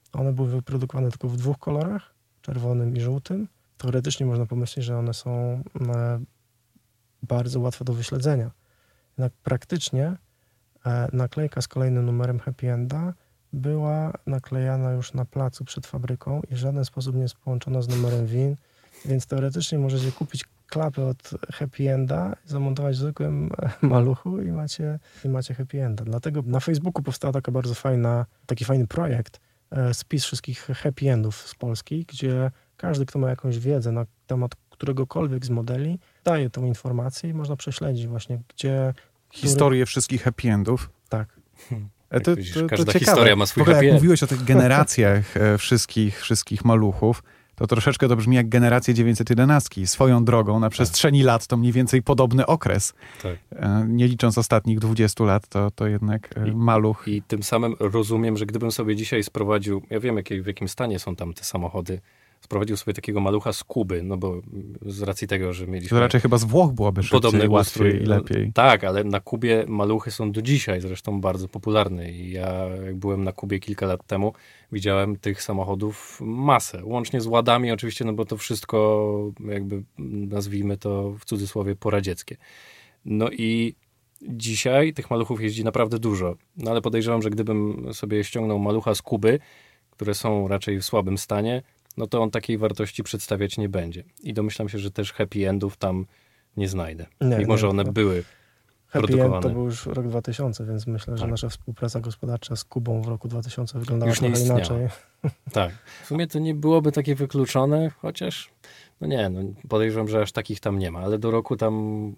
One były wyprodukowane tylko w 2 kolorach, czerwonym i żółtym. Teoretycznie można pomyśleć, że one są bardzo łatwe do wyśledzenia. Jednak praktycznie naklejka z kolejnym numerem Happy Enda była naklejana już na placu przed fabryką i w żaden sposób nie jest połączona z numerem WIN, więc teoretycznie możecie kupić klapę od Happy Enda, zamontować w zwykłym maluchu i macie Happy Enda. Dlatego na Facebooku powstał taki fajny projekt, spis wszystkich Happy Endów z Polski, gdzie każdy, kto ma jakąś wiedzę na temat któregokolwiek z modeli, daje tą informację i można prześledzić właśnie, gdzie... Historię wszystkich Happy Endów. Tak. Każda historia ma swój happy end. Jak mówiłeś o tych generacjach wszystkich maluchów, to troszeczkę to brzmi jak generacje 911. Swoją drogą na przestrzeni lat to mniej więcej podobny okres. Tak. Nie licząc ostatnich 20 lat, to jednak maluch. I tym samym rozumiem, że gdybym sobie dzisiaj sprowadził, ja wiem w jakim stanie są tam te samochody, sprowadził sobie takiego malucha z Kuby, no bo z racji tego, że mieliśmy... To raczej chyba z Włoch byłoby szybciej, łatwiej i lepiej. Tak, ale na Kubie maluchy są do dzisiaj zresztą bardzo popularne i ja jak byłem na Kubie kilka lat temu, widziałem tych samochodów masę, łącznie z ładami oczywiście, no bo to wszystko jakby nazwijmy to w cudzysłowie poradzieckie. No i dzisiaj tych maluchów jeździ naprawdę dużo, no ale podejrzewam, że gdybym sobie ściągnął malucha z Kuby, które są raczej w słabym stanie, no to on takiej wartości przedstawiać nie będzie. I domyślam się, że też happy endów tam nie znajdę. Mimo, że one były produkowane. Happy end to był już rok 2000, więc myślę, że nasza współpraca gospodarcza z Kubą w roku 2000 wyglądała już trochę inaczej. Tak. W sumie to nie byłoby takie wykluczone, chociaż podejrzewam, że aż takich tam nie ma, ale do roku tam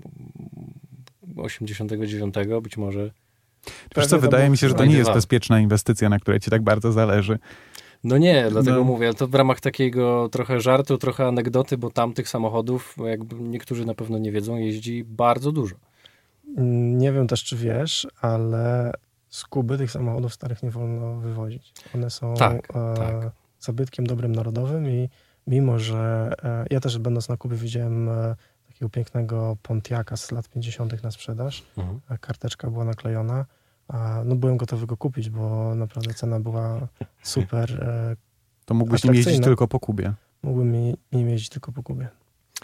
89 być może... Wiesz co, wydaje mi się, że to nie jest bezpieczna inwestycja, na której ci tak bardzo zależy. No nie, dlatego mówię, to w ramach takiego trochę żartu, trochę anegdoty, bo tam tych samochodów, jakby niektórzy na pewno nie wiedzą, jeździ bardzo dużo. Nie wiem też, czy wiesz, ale z Kuby tych samochodów starych nie wolno wywozić. One są zabytkiem dobrym narodowym i mimo, że ja też będąc na Kubie widziałem takiego pięknego Pontiaca z lat 50. na sprzedaż, karteczka była naklejona, no byłem gotowy go kupić, bo naprawdę cena była super. To mógłbyś nim jeździć tylko po Kubie. Mógłbym nim jeździć tylko po Kubie.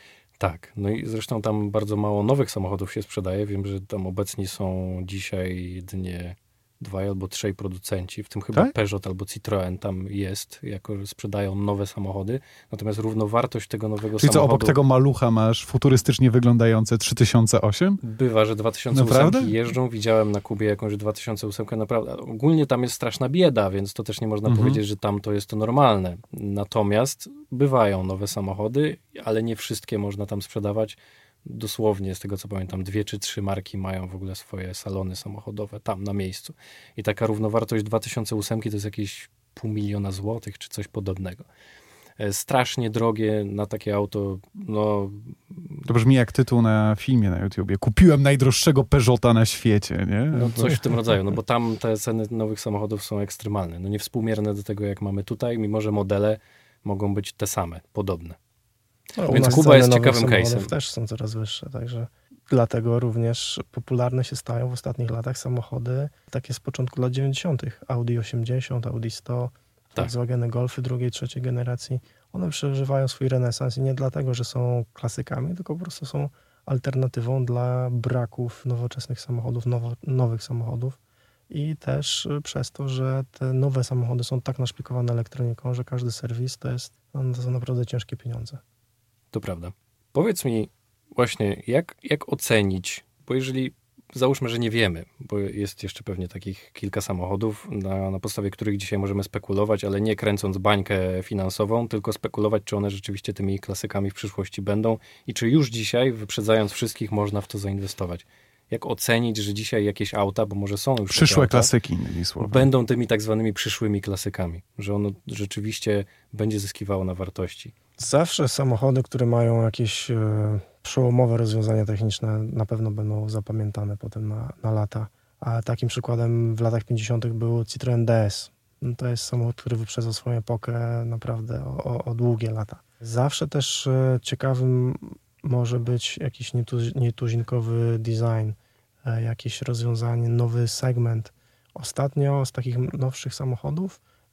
Tak, no i zresztą tam bardzo mało nowych samochodów się sprzedaje. Wiem, że tam obecni są dzisiaj jedynie 2 albo 3 producenci, w tym chyba Peugeot albo Citroën tam jest, jako że sprzedają nowe samochody. Natomiast równowartość tego nowego Czyli samochodu... co, obok tego malucha masz futurystycznie wyglądające 3008? Bywa, że 2008 jeżdżą. Widziałem na Kubie jakąś 2008. Naprawdę. Ogólnie tam jest straszna bieda, więc to też nie można powiedzieć, że tam to jest to normalne. Natomiast bywają nowe samochody, ale nie wszystkie można tam sprzedawać. Dosłownie, z tego co pamiętam, 2 czy 3 marki mają w ogóle swoje salony samochodowe tam na miejscu. I taka równowartość 2008 to jest jakieś 500 000 złotych czy coś podobnego. Strasznie drogie na takie auto. No... To brzmi jak tytuł na filmie na YouTubie. Kupiłem najdroższego Peugeota na świecie, nie? No coś w tym rodzaju, no bo tam te ceny nowych samochodów są ekstremalne. No niewspółmierne do tego, jak mamy tutaj, mimo że modele mogą być te same, podobne. No, więc Kuba jest ciekawym case'em. Też są coraz wyższe, także dlatego również popularne się stają w ostatnich latach samochody takie z początku lat 90. Audi 80, Audi 100, Volkswageny Golfy drugiej, trzeciej generacji. One przeżywają swój renesans i nie dlatego, że są klasykami, tylko po prostu są alternatywą dla braków nowoczesnych samochodów, nowych samochodów. I też przez to, że te nowe samochody są tak naszpikowane elektroniką, że każdy serwis to są naprawdę ciężkie pieniądze. To prawda. Powiedz mi właśnie, jak ocenić, bo jeżeli załóżmy, że nie wiemy, bo jest jeszcze pewnie takich kilka samochodów, na podstawie których dzisiaj możemy spekulować, ale nie kręcąc bańkę finansową, tylko spekulować, czy one rzeczywiście tymi klasykami w przyszłości będą i czy już dzisiaj, wyprzedzając wszystkich, można w to zainwestować. Jak ocenić, że dzisiaj jakieś auta, bo może są już przyszłe auta, klasyki, innymi słowy, będą tymi tak zwanymi przyszłymi klasykami, że ono rzeczywiście będzie zyskiwało na wartości. Zawsze samochody, które mają jakieś przełomowe rozwiązania techniczne, na pewno będą zapamiętane potem na lata. A takim przykładem w latach 50. był Citroën DS. To jest samochód, który wyprzedzał swoją epokę naprawdę o długie lata. Zawsze też ciekawym może być jakiś nietuzinkowy design, jakieś rozwiązanie, nowy segment. Ostatnio z takich nowszych samochodów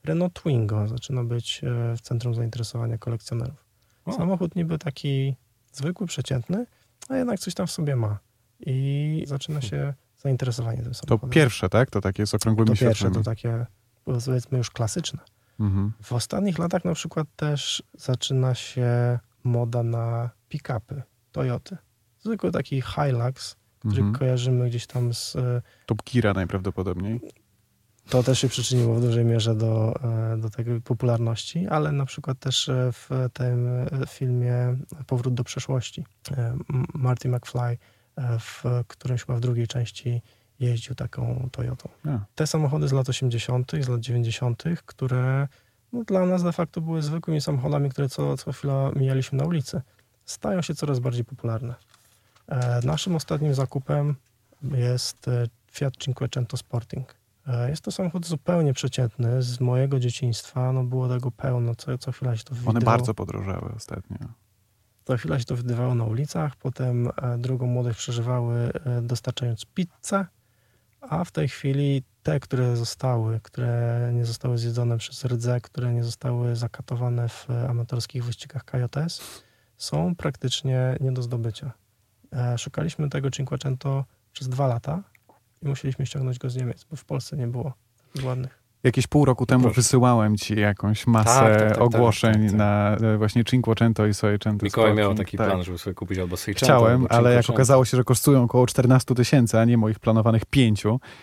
Renault Twingo zaczyna być w centrum zainteresowania kolekcjonerów. Samochód niby taki zwykły, przeciętny, a jednak coś tam w sobie ma. I zaczyna się zainteresowanie tym samochodem. To pierwsze, tak? To takie z okrągłymi światłami. To pierwsze, to takie, powiedzmy, już klasyczne. W ostatnich latach na przykład też zaczyna się moda na pick-upy Toyoty. Zwykły taki Hilux, który kojarzymy gdzieś tam z... Top Geara najprawdopodobniej. To też się przyczyniło w dużej mierze do tej popularności, ale na przykład też w tym filmie Powrót do przeszłości Marty McFly w którymś chyba w drugiej części jeździł taką Toyotą. Te samochody z lat 80., z lat 90., które dla nas de facto były zwykłymi samochodami, które co chwila mijaliśmy na ulicy, stają się coraz bardziej popularne. Naszym ostatnim zakupem jest Fiat Cinquecento Sporting. Jest to samochód zupełnie przeciętny, z mojego dzieciństwa, było tego pełno, co chwila się to wydawało. One bardzo podrożały ostatnio. Co chwila się to wydawało na ulicach, potem drugą młodość przeżywały dostarczając pizzę, a w tej chwili te, które nie zostały zjedzone przez rdze, które nie zostały zakatowane w amatorskich wyścigach KJS, są praktycznie nie do zdobycia. Szukaliśmy tego Cinquecento przez 2 lata i musieliśmy ściągnąć go z Niemiec, bo w Polsce nie było takich ładnych. Jakieś pół roku temu wysyłałem ci jakąś masę ogłoszeń na właśnie Cinquecento i Seicento. Mikołaj miał taki plan, żeby sobie kupić albo Seicento. Chciałem, ale jak okazało się, że kosztują około 14 000, a nie moich planowanych 5,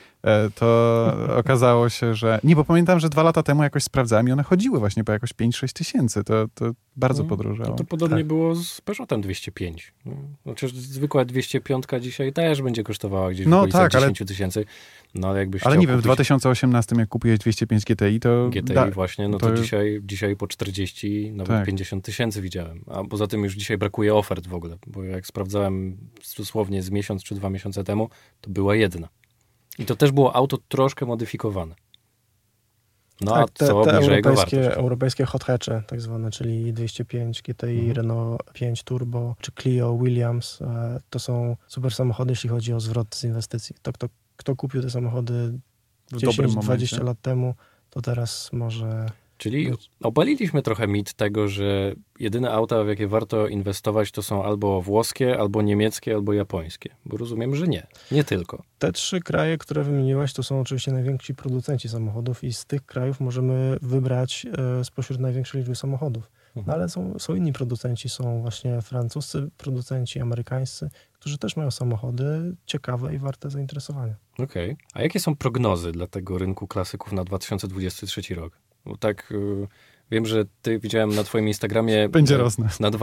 to okazało się, że... Nie, bo pamiętam, że 2 lata temu jakoś sprawdzałem i one chodziły właśnie po jakoś 5-6 tysięcy. To bardzo podrożało. To podobnie było z Peugeotem 205. Znaczy zwykła 205 dzisiaj też będzie kosztowała gdzieś w okolicach 10 tysięcy. Ale jakbyś ale nie wiem, w 2018 jak kupiłeś 205 GTI, to... GTI właśnie, to dzisiaj po 40, nawet 50 tysięcy widziałem. A poza tym już dzisiaj brakuje ofert w ogóle, bo jak sprawdzałem dosłownie z miesiąc czy 2 miesiące temu, to była jedna. I to też było auto troszkę modyfikowane. A co obniża jego wartość? Europejskie hot hatche, tak zwane, czyli 205 GTI, Renault 5 Turbo, czy Clio, Williams, to są super samochody, jeśli chodzi o zwrot z inwestycji. Kto kupił te samochody 10-20 lat temu, to teraz może... Czyli obaliliśmy trochę mit tego, że jedyne auta, w jakie warto inwestować, to są albo włoskie, albo niemieckie, albo japońskie. Bo rozumiem, że nie tylko. Te 3 kraje, które wymieniłeś, to są oczywiście najwięksi producenci samochodów i z tych krajów możemy wybrać spośród największej liczby samochodów. Ale są inni producenci, są właśnie francuscy producenci, amerykańscy, którzy też mają samochody ciekawe i warte zainteresowania. Okej. A jakie są prognozy dla tego rynku klasyków na 2023 rok? Bo tak wiem, że widziałem na twoim Instagramie będzie rosnąć. Na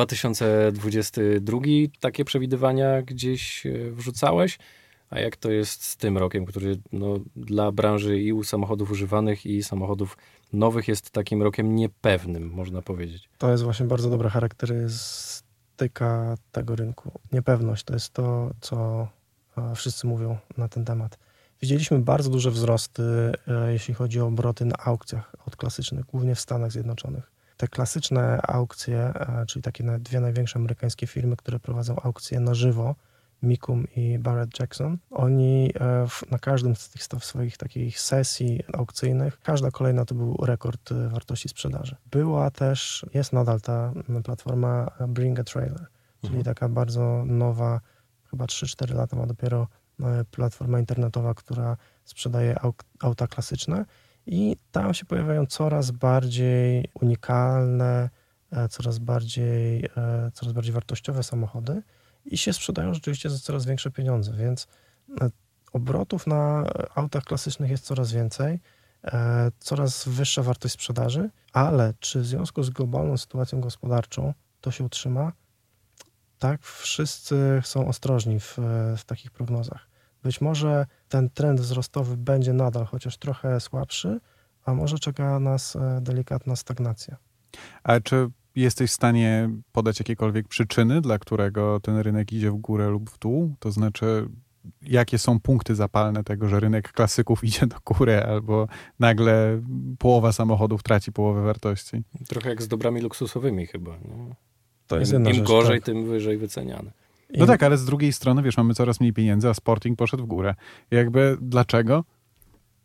2022 takie przewidywania gdzieś wrzucałeś. A jak to jest z tym rokiem, który dla branży i samochodów używanych i samochodów nowych jest takim rokiem niepewnym, można powiedzieć? To jest właśnie bardzo dobra charakterystyka tego rynku. Niepewność to jest to, co wszyscy mówią na ten temat. Widzieliśmy bardzo duże wzrosty, jeśli chodzi o obroty na aukcjach od klasycznych, głównie w Stanach Zjednoczonych. Te klasyczne aukcje, czyli takie 2 największe amerykańskie firmy, które prowadzą aukcje na żywo, Mikum i Barrett Jackson, oni na każdym z tych swoich takich sesji aukcyjnych, każda kolejna to był rekord wartości sprzedaży. Jest nadal ta platforma Bring a Trailer, czyli taka bardzo nowa, chyba 3-4 lata ma dopiero platforma internetowa, która sprzedaje auta klasyczne i tam się pojawiają coraz bardziej unikalne, coraz bardziej wartościowe samochody i się sprzedają rzeczywiście za coraz większe pieniądze, więc obrotów na autach klasycznych jest coraz więcej, coraz wyższa wartość sprzedaży, ale czy w związku z globalną sytuacją gospodarczą to się utrzyma? Tak, wszyscy są ostrożni w takich prognozach. Być może ten trend wzrostowy będzie nadal, chociaż trochę słabszy, a może czeka nas delikatna stagnacja. A czy jesteś w stanie podać jakiekolwiek przyczyny, dla którego ten rynek idzie w górę lub w dół? To znaczy, jakie są punkty zapalne tego, że rynek klasyków idzie do góry, albo nagle połowa samochodów traci połowę wartości? Trochę jak z dobrami luksusowymi chyba. No. To jest jedna Im rzecz, gorzej, tak. tym wyżej wyceniane. No tak, ale z drugiej strony, mamy coraz mniej pieniędzy, a Sporting poszedł w górę. Jakby dlaczego?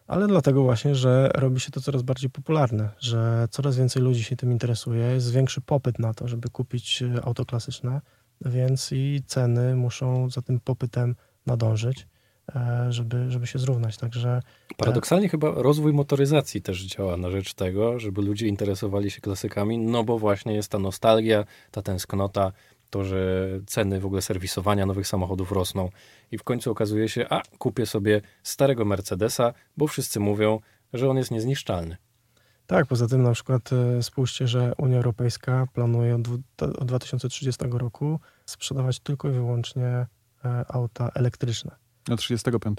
ale dlatego właśnie, że robi się to coraz bardziej popularne, że coraz więcej ludzi się tym interesuje, jest większy popyt na to, żeby kupić auto klasyczne, więc i ceny muszą za tym popytem nadążyć, żeby się zrównać. Także paradoksalnie chyba rozwój motoryzacji też działa na rzecz tego, żeby ludzie interesowali się klasykami, no bo właśnie jest ta nostalgia, ta tęsknota, to, że ceny w ogóle serwisowania nowych samochodów rosną i w końcu okazuje się, kupię sobie starego Mercedesa, bo wszyscy mówią, że on jest niezniszczalny. Tak, poza tym na przykład spójrzcie, że Unia Europejska planuje od 2030 roku sprzedawać tylko i wyłącznie auta elektryczne. Od 35.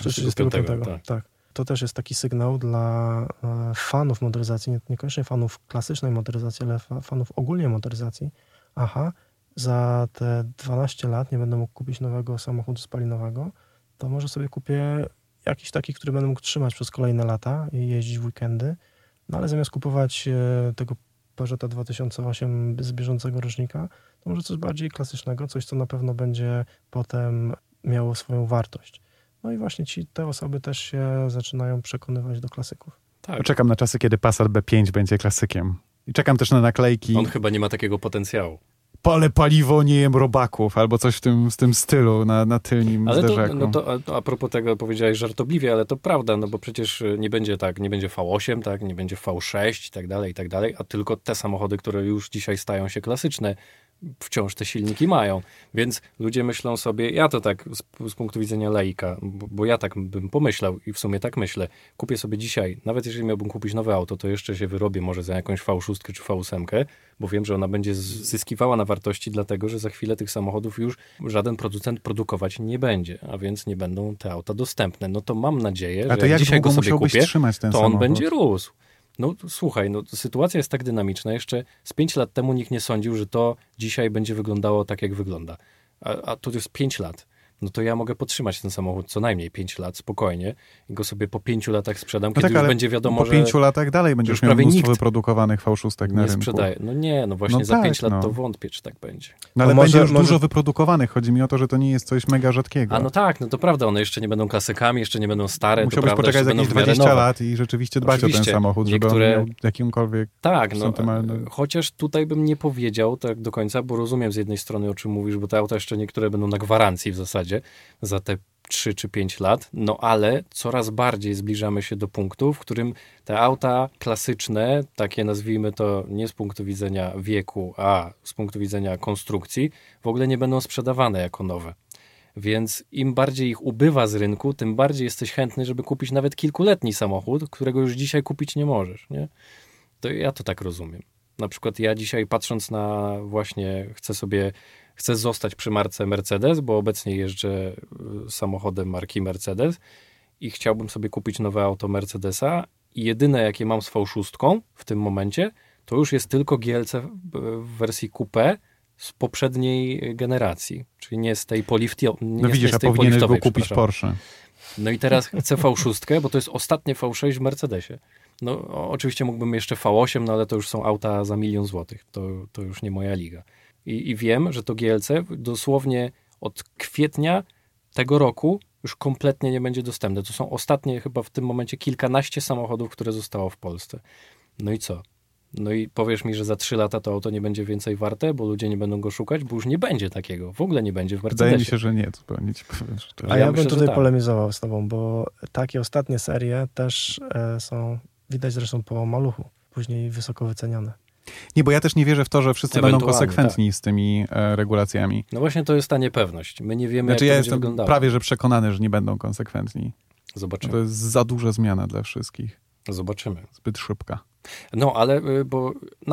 Tak. To też jest taki sygnał dla fanów motoryzacji, niekoniecznie fanów klasycznej motoryzacji, ale fanów ogólnie motoryzacji. Za te 12 lat nie będę mógł kupić nowego samochodu spalinowego, to może sobie kupię jakiś taki, który będę mógł trzymać przez kolejne lata i jeździć w weekendy, no ale zamiast kupować tego Peugeota 2008 z bieżącego rocznika, to może coś bardziej klasycznego, coś, co na pewno będzie potem miało swoją wartość. No i właśnie te osoby też się zaczynają przekonywać do klasyków. Tak. Czekam na czasy, kiedy Passat B5 będzie klasykiem. I czekam też na naklejki. On chyba nie ma takiego potencjału. Palę paliwo, nie jem robaków, albo coś w tym stylu na tylnym zderzaku. A propos tego powiedziałeś żartobliwie, ale to prawda, no bo przecież nie będzie V8, tak, nie będzie V6 i tak dalej, a tylko te samochody, które już dzisiaj stają się klasyczne, wciąż te silniki mają. Więc ludzie myślą sobie, ja to tak z punktu widzenia laika, bo ja tak bym pomyślał i w sumie tak myślę, kupię sobie dzisiaj, nawet jeżeli miałbym kupić nowe auto, to jeszcze się wyrobię może za jakąś V6 czy V8, bo wiem, że ona będzie zyskiwała na wartości, dlatego, że za chwilę tych samochodów już żaden producent produkować nie będzie, a więc nie będą te auta dostępne. No to mam nadzieję, że jak dzisiaj go sobie kupię, to on będzie rósł. No słuchaj, sytuacja jest tak dynamiczna. Jeszcze z 5 lat temu nikt nie sądził, że to dzisiaj będzie wyglądało tak, jak wygląda. A to jest 5 lat. No to ja mogę podtrzymać ten samochód co najmniej 5 lat spokojnie i go sobie po 5 latach sprzedam, kiedy już będzie wiadomo, że... po 5 latach dalej będziesz miał mnóstwo wyprodukowanych V6 na rynku. Sprzedaje. No właśnie za 5 lat to wątpię, czy tak będzie. No ale będzie już dużo wyprodukowanych. Chodzi mi o to, że to nie jest coś mega rzadkiego. No tak, to prawda. One jeszcze nie będą klasykami, jeszcze nie będą stare. Musiałbyś poczekać za jakieś 20 lat i rzeczywiście dbać o ten samochód, żeby on miał jakimkolwiek sentymentalny... Chociaż tutaj bym nie powiedział tak do końca, bo rozumiem z jednej strony, o czym mówisz, bo te auta jeszcze niektóre będą na gwarancji w zasadzie za te 3 czy 5 lat, ale coraz bardziej zbliżamy się do punktu, w którym te auta klasyczne, takie nazwijmy to nie z punktu widzenia wieku, a z punktu widzenia konstrukcji, w ogóle nie będą sprzedawane jako nowe. Więc im bardziej ich ubywa z rynku, tym bardziej jesteś chętny, żeby kupić nawet kilkuletni samochód, którego już dzisiaj kupić nie możesz. Nie? To ja to tak rozumiem. Na przykład ja dzisiaj patrząc na właśnie, chcę zostać przy marce Mercedes, bo obecnie jeżdżę samochodem marki Mercedes i chciałbym sobie kupić nowe auto Mercedesa i jedyne jakie mam z V6 w tym momencie, to już jest tylko GLC w wersji coupé z poprzedniej generacji, czyli nie z tej No widzisz, a powinieneś go kupić Porsche. No i teraz chcę V6, bo to jest ostatnie V6 w Mercedesie. No oczywiście mógłbym jeszcze V8, ale to już są auta za 1 000 000 złotych. To już nie moja liga. I wiem, że to GLC dosłownie od kwietnia tego roku już kompletnie nie będzie dostępne. To są ostatnie chyba w tym momencie kilkanaście samochodów, które zostało w Polsce. No i co? No i powiesz mi, że za 3 lata to auto nie będzie więcej warte, bo ludzie nie będą go szukać, bo już nie będzie takiego. W ogóle nie będzie w Mercedesie. Wydaje mi się, że nie. Zupełnie ci powiem szczerze. A ja bym tutaj polemizował z tobą, bo takie ostatnie serie też są, widać zresztą po maluchu, później wysoko wyceniane. Nie, bo ja też nie wierzę w to, że wszyscy będą konsekwentni z tymi regulacjami. No właśnie to jest ta niepewność. My nie wiemy, jak to będzie wyglądało. Ja jestem prawie, że przekonany, że nie będą konsekwentni. Zobaczymy. To jest za duża zmiana dla wszystkich. Zobaczymy. Zbyt szybka. No, ale bo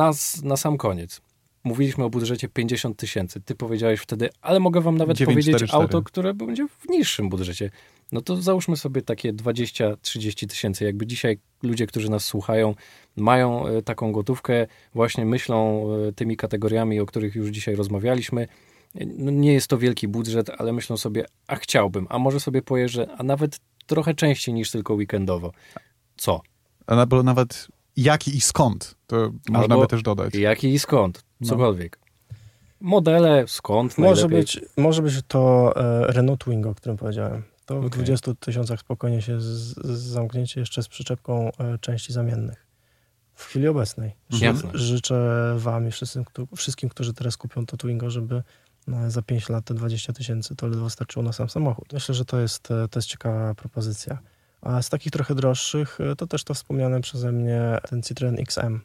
na sam koniec. Mówiliśmy o budżecie 50 000. Ty powiedziałeś wtedy, ale mogę wam nawet powiedzieć auto, które będzie w niższym budżecie. No to załóżmy sobie takie 20-30 tysięcy. Jakby dzisiaj ludzie, którzy nas słuchają, mają taką gotówkę, właśnie myślą tymi kategoriami, o których już dzisiaj rozmawialiśmy. No nie jest to wielki budżet, ale myślą sobie, a chciałbym, a może sobie pojeżdżę, a nawet trochę częściej niż tylko weekendowo. Co? Albo nawet jaki i skąd, to można by też dodać. Jaki i skąd, cokolwiek. Modele, skąd Może być to Renault Twingo, o którym powiedziałem. To w 20 000 spokojnie się zamknięcie jeszcze z przyczepką zamknięcie jeszcze z przyczepką części zamiennych. W chwili obecnej. Życzę wam i wszystkim, którzy teraz kupią to Twingo, żeby za 5 lat te 20 000 to ledwo starczyło na sam samochód. Myślę, że to jest ciekawa propozycja. A z takich trochę droższych, to też to wspomniane przeze mnie ten Citroen XM.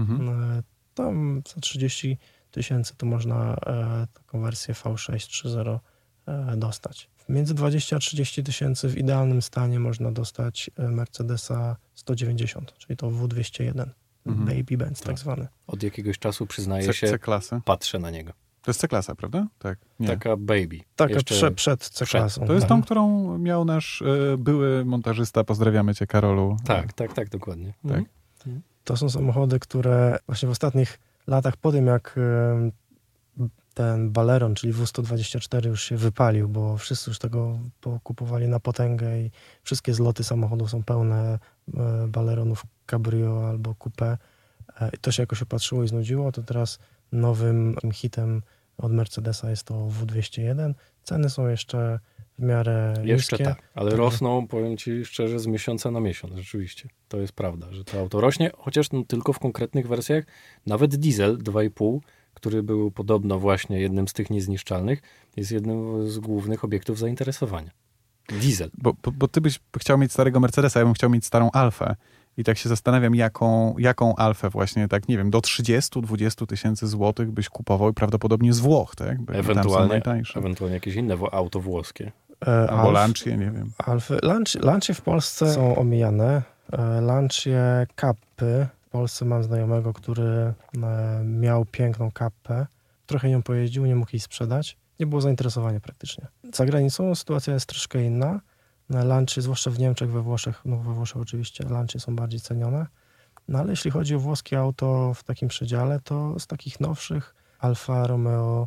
Tam za 30 000 to można taką wersję V6 3.0 dostać. Między 20 a 30 000 w idealnym stanie można dostać Mercedesa 190, czyli to W201. Baby Benz tak zwany. Od jakiegoś czasu przyznaję się, patrzę na niego. To jest C-klasa, prawda? Tak. Nie. Taka baby. Taka przed C-klasą. To jest tą, którą miał nasz były montażysta. Pozdrawiamy cię, Karolu. Tak, dokładnie. Tak. To są samochody, które właśnie w ostatnich latach, po tym jak ten Baleron, czyli W124 już się wypalił, bo wszyscy już tego kupowali na potęgę i wszystkie zloty samochodów są pełne Baleronów Cabrio albo Coupé. I to się jakoś opatrzyło i znudziło, to teraz nowym hitem od Mercedesa jest to W201. Ceny są jeszcze w miarę jeszcze niskie. Tak, ale rosną, powiem ci szczerze, z miesiąca na miesiąc, rzeczywiście. To jest prawda, że to auto rośnie, chociaż tylko w konkretnych wersjach. Nawet diesel 2,5, który był podobno właśnie jednym z tych niezniszczalnych, jest jednym z głównych obiektów zainteresowania. Diesel. Bo ty byś chciał mieć starego Mercedesa, ja bym chciał mieć starą Alfę. I tak się zastanawiam, jaką Alfę właśnie, tak nie wiem, do 30-20 tysięcy złotych byś kupował i prawdopodobnie z Włoch, tak? Ewentualnie jakieś inne auto włoskie. Albo Lancia, nie wiem. Lancia w Polsce są omijane. Lancia Cappy. W Polsce mam znajomego, który miał piękną Cappę. Trochę nią pojeździł, nie mógł jej sprzedać. Nie było zainteresowania praktycznie. Za granicą sytuacja jest troszkę inna. Lancia, zwłaszcza w Niemczech, we Włoszech oczywiście Lancia są bardziej cenione. No ale jeśli chodzi o włoskie auto w takim przedziale, to z takich nowszych Alfa Romeo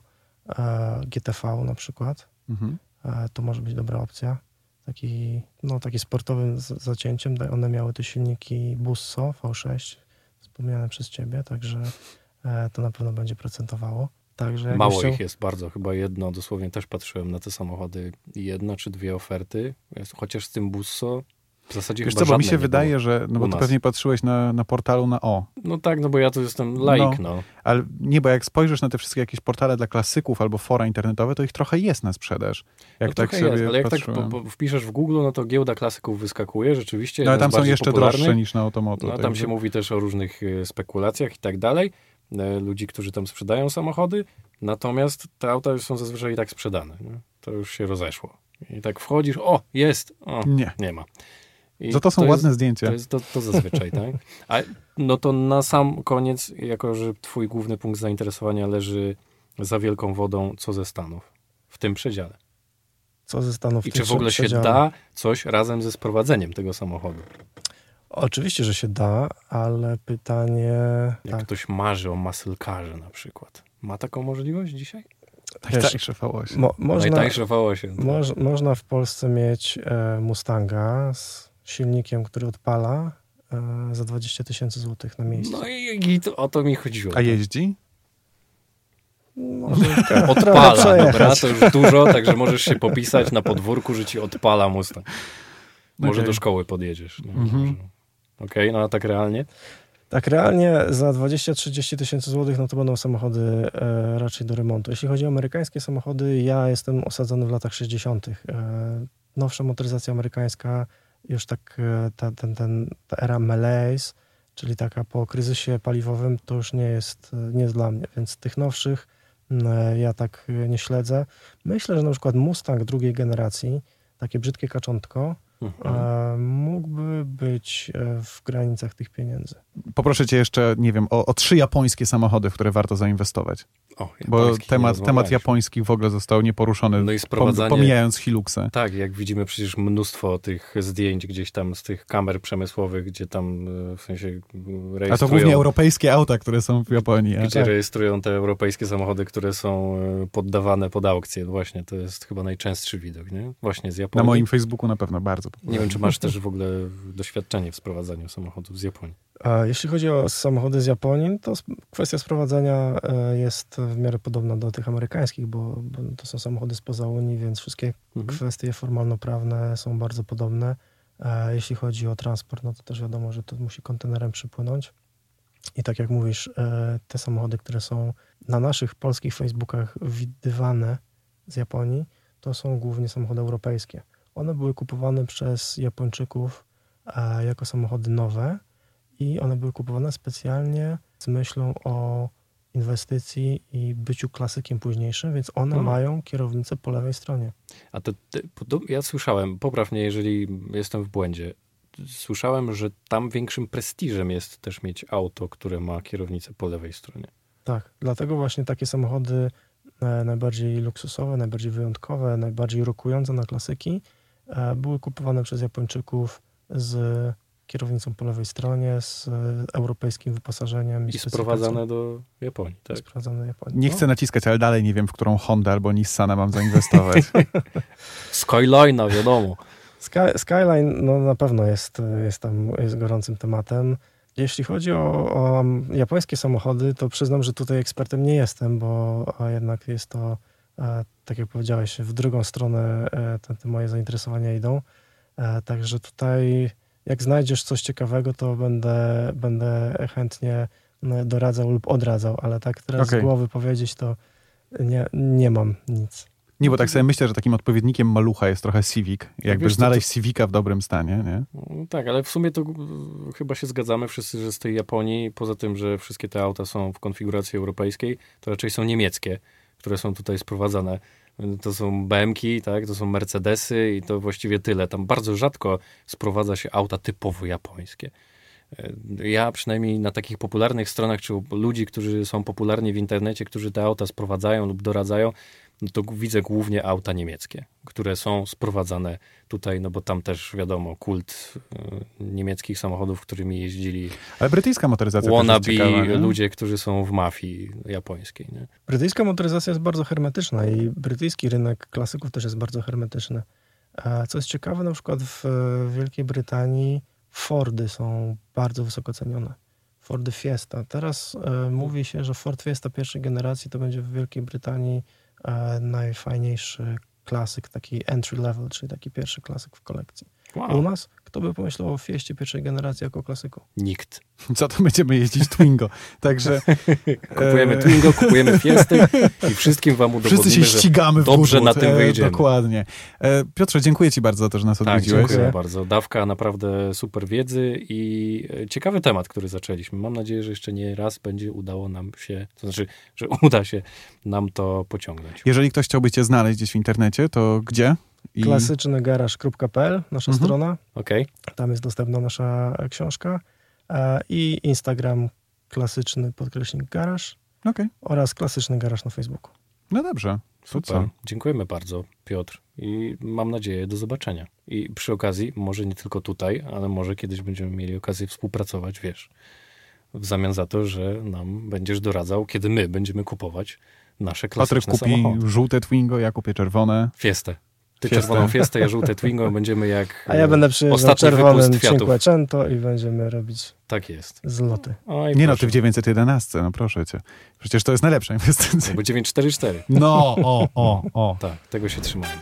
GTV na przykład, to może być dobra opcja. Taki sportowym zacięciem. One miały te silniki Busso V6, wspomniane przez ciebie, także to na pewno będzie procentowało. Także mało ich jest bardzo, chyba jedno, dosłownie też patrzyłem na te samochody, 1 czy 2 oferty, chociaż z tym Busso w zasadzie wiesz chyba co, bo mi się wydaje, że, bo ty pewnie patrzyłeś na portalu na O. No tak, bo ja tu jestem laik, Ale nie, bo jak spojrzysz na te wszystkie jakieś portale dla klasyków albo fora internetowe, to ich trochę jest na sprzedaż. Jak tak sobie jest, ale jak patrzyłem. tak wpiszesz w Google, no to giełda klasyków wyskakuje, rzeczywiście. No ale tam są jeszcze popularny. droższe niż na Automoto. No tam się mówi też o różnych spekulacjach i tak dalej. Ludzi, którzy tam sprzedają samochody, natomiast te auta już są zazwyczaj i tak sprzedane. Nie? To już się rozeszło. I tak wchodzisz, nie ma. I za to są ładne zdjęcia. To zazwyczaj, tak? A no to na sam koniec, jako że twój główny punkt zainteresowania leży za wielką wodą, co ze Stanów w tym przedziale? Co ze Stanów? I czy w ogóle się da coś razem ze sprowadzeniem tego samochodu? Oczywiście, że się da, ale pytanie... Jak ktoś marzy o muscle carze na przykład. Ma taką możliwość dzisiaj? Najtańsze V8. Najtańsze V8. Można w Polsce mieć Mustanga z silnikiem, który odpala za 20 000 złotych na miejscu. No i o to mi chodziło. A jeździ? Odpala, dobra, to już dużo, także możesz się popisać na podwórku, że ci odpala Mustang. Może do szkoły podjedziesz. Okej, no a tak realnie? Tak realnie za 20-30 tysięcy złotych, no to będą samochody raczej do remontu. Jeśli chodzi o amerykańskie samochody, ja jestem osadzony w latach 60. Nowsza motoryzacja amerykańska, już tak ta era malaise, czyli taka po kryzysie paliwowym, to już nie jest dla mnie, więc tych nowszych ja tak nie śledzę. Myślę, że na przykład Mustang drugiej generacji, takie brzydkie kaczątko, mógłby być w granicach tych pieniędzy. Poproszę cię jeszcze, nie wiem, o 3 japońskie samochody, w które warto zainwestować. Bo temat japońskich w ogóle został nieporuszony, no i pomijając Hiluxę. Tak, jak widzimy przecież mnóstwo tych zdjęć gdzieś tam z tych kamer przemysłowych, gdzie tam w sensie rejestrują... A to głównie europejskie auta, które są w Japonii. Gdzie rejestrują te europejskie samochody, które są poddawane pod aukcję. Właśnie, to jest chyba najczęstszy widok, nie? Właśnie z Japonii. Na moim Facebooku na pewno bardzo sposób. Nie wiem, czy masz też w ogóle doświadczenie w sprowadzaniu samochodów z Japonii. A jeśli chodzi o samochody z Japonii, to kwestia sprowadzania jest w miarę podobna do tych amerykańskich, bo to są samochody spoza Unii, więc wszystkie kwestie formalno-prawne są bardzo podobne. Jeśli chodzi o transport, no to też wiadomo, że to musi kontenerem przypłynąć. I tak jak mówisz, te samochody, które są na naszych polskich Facebookach widywane z Japonii, to są głównie samochody europejskie. One były kupowane przez Japończyków jako samochody nowe i one były kupowane specjalnie z myślą o inwestycji i byciu klasykiem późniejszym, więc one mają kierownicę po lewej stronie. A ja słyszałem, popraw mnie, jeżeli jestem w błędzie, słyszałem, że tam większym prestiżem jest też mieć auto, które ma kierownicę po lewej stronie. Tak, dlatego właśnie takie samochody najbardziej luksusowe, najbardziej wyjątkowe, najbardziej rokujące na klasyki były kupowane przez Japończyków z kierownicą po lewej stronie, z europejskim wyposażeniem. I sprowadzane do Japonii. Tak? Sprowadzane do Japonii. Nie chcę naciskać, ale dalej nie wiem, w którą Hondę albo Nissana mam zainwestować. Skyline'a, wiadomo. Skyline no, na pewno jest gorącym tematem. Jeśli chodzi o japońskie samochody, to przyznam, że tutaj ekspertem nie jestem, bo jednak jest to, tak jak powiedziałeś, w drugą stronę te moje zainteresowania idą. Także tutaj jak znajdziesz coś ciekawego, to będę chętnie doradzał lub odradzał, ale tak teraz z głowy powiedzieć, to nie mam nic. Nie, bo tak sobie myślę, że takim odpowiednikiem malucha jest trochę Civic. Jakby znaleźć Civica w dobrym stanie, nie? No tak, ale w sumie to chyba się zgadzamy wszyscy, że z tej Japonii, poza tym, że wszystkie te auta są w konfiguracji europejskiej, to raczej są niemieckie, które są tutaj sprowadzane. To są BMW-ki, tak? To są Mercedesy i to właściwie tyle. Tam bardzo rzadko sprowadza się auta typowo japońskie. Ja przynajmniej na takich popularnych stronach, czy ludzi, którzy są popularni w internecie, którzy te auta sprowadzają lub doradzają, no to widzę głównie auta niemieckie, które są sprowadzane tutaj, no bo tam też wiadomo, kult niemieckich samochodów, którymi jeździli. Ale brytyjska motoryzacja wannabe też jest ciekawa, ludzie, którzy są w mafii japońskiej. Nie? Brytyjska motoryzacja jest bardzo hermetyczna i brytyjski rynek klasyków też jest bardzo hermetyczny. A co jest ciekawe, na przykład w Wielkiej Brytanii Fordy są bardzo wysoko cenione. Fordy Fiesta. Teraz mówi się, że Ford Fiesta pierwszej generacji to będzie w Wielkiej Brytanii najfajniejszy klasyk, taki entry level, czyli taki pierwszy klasyk w kolekcji. Wow. U nas kto by pomyślał o Fieście pierwszej generacji jako klasyku? Nikt. Co to będziemy jeździć Twingo? Także kupujemy Twingo, kupujemy Fiesty i wszystkim wam udowodnimy, wszyscy się ścigamy w dobrze na tym wyjdziemy. Dokładnie. Piotrze, dziękuję ci bardzo za to, że nas odwiedziłeś. Tak, dziękuję bardzo. Dawka naprawdę super wiedzy i ciekawy temat, który zaczęliśmy. Mam nadzieję, że jeszcze nie raz będzie udało nam się, to znaczy, że uda się nam to pociągnąć. Jeżeli ktoś chciałby cię znaleźć gdzieś w internecie, to gdzie? Klasycznygaraż.pl, nasza strona. Okay. Tam jest dostępna nasza książka. I Instagram klasyczny_garaż oraz klasyczny garaż na Facebooku. No dobrze. Super. Dziękujemy bardzo, Piotr. I mam nadzieję do zobaczenia. I przy okazji, może nie tylko tutaj, ale może kiedyś będziemy mieli okazję współpracować, wiesz, w zamian za to, że nam będziesz doradzał, kiedy my będziemy kupować nasze klasyczne samochody. Patryk kupi żółte Twingo, ja kupię czerwone. Fiestę. Ty czerwoną Fiestę, ja żółte Twingo, będziemy jak a ja będę przyjeżdżał czerwonym Cinquecento i będziemy robić tak jest. zloty. Oj, nie no, ty w 911, no proszę cię. Przecież to jest najlepsza inwestycja. Albo 944. No, Tak, tego się trzymałem.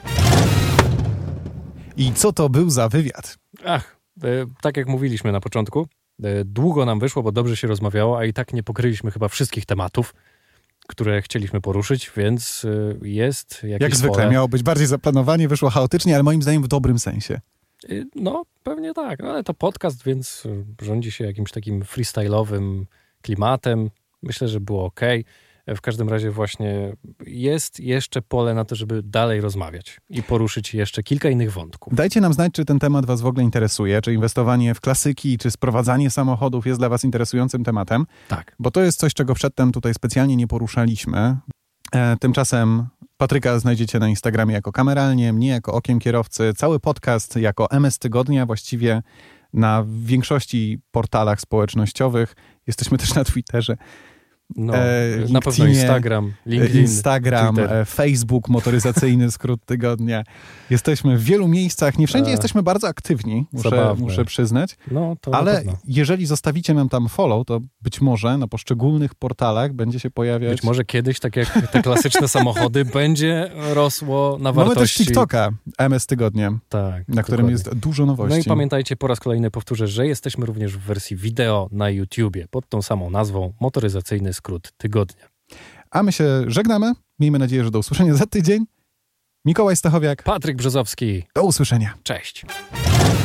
I co to był za wywiad? Tak jak mówiliśmy na początku, długo nam wyszło, bo dobrze się rozmawiało, a i tak nie pokryliśmy chyba wszystkich tematów, które chcieliśmy poruszyć, więc jest jakieś jak zwykle pole. Miało być bardziej zaplanowanie, wyszło chaotycznie, ale moim zdaniem w dobrym sensie. No, pewnie tak, no, ale to podcast, więc rządzi się jakimś takim freestyle'owym klimatem. Myślę, że było okej. W każdym razie właśnie jest jeszcze pole na to, żeby dalej rozmawiać i poruszyć jeszcze kilka innych wątków. Dajcie nam znać, czy ten temat was w ogóle interesuje, czy inwestowanie w klasyki, czy sprowadzanie samochodów jest dla was interesującym tematem. Tak. Bo to jest coś, czego przedtem tutaj specjalnie nie poruszaliśmy. Tymczasem Patryka znajdziecie na Instagramie jako Kameralnie, mnie jako Okiem Kierowcy, cały podcast jako MS Tygodnia, właściwie na większości portalach społecznościowych. Jesteśmy też na Twitterze. na pewno Instagram, LinkedIn, Twitter. Facebook, motoryzacyjny skrót tygodnia. Jesteśmy w wielu miejscach, nie wszędzie jesteśmy bardzo aktywni, muszę przyznać, ale jeżeli zostawicie nam tam follow, to być może na poszczególnych portalach będzie się pojawiać... Być może kiedyś, tak jak te klasyczne samochody, będzie rosło na wartości. Mamy też TikToka, MS Tygodnie, na którym jest dużo nowości. No i pamiętajcie, po raz kolejny powtórzę, że jesteśmy również w wersji wideo na YouTubie pod tą samą nazwą Motoryzacyjny skrót tygodnia. A my się żegnamy. Miejmy nadzieję, że do usłyszenia za tydzień. Mikołaj Stachowiak. Patryk Brzozowski. Do usłyszenia. Cześć.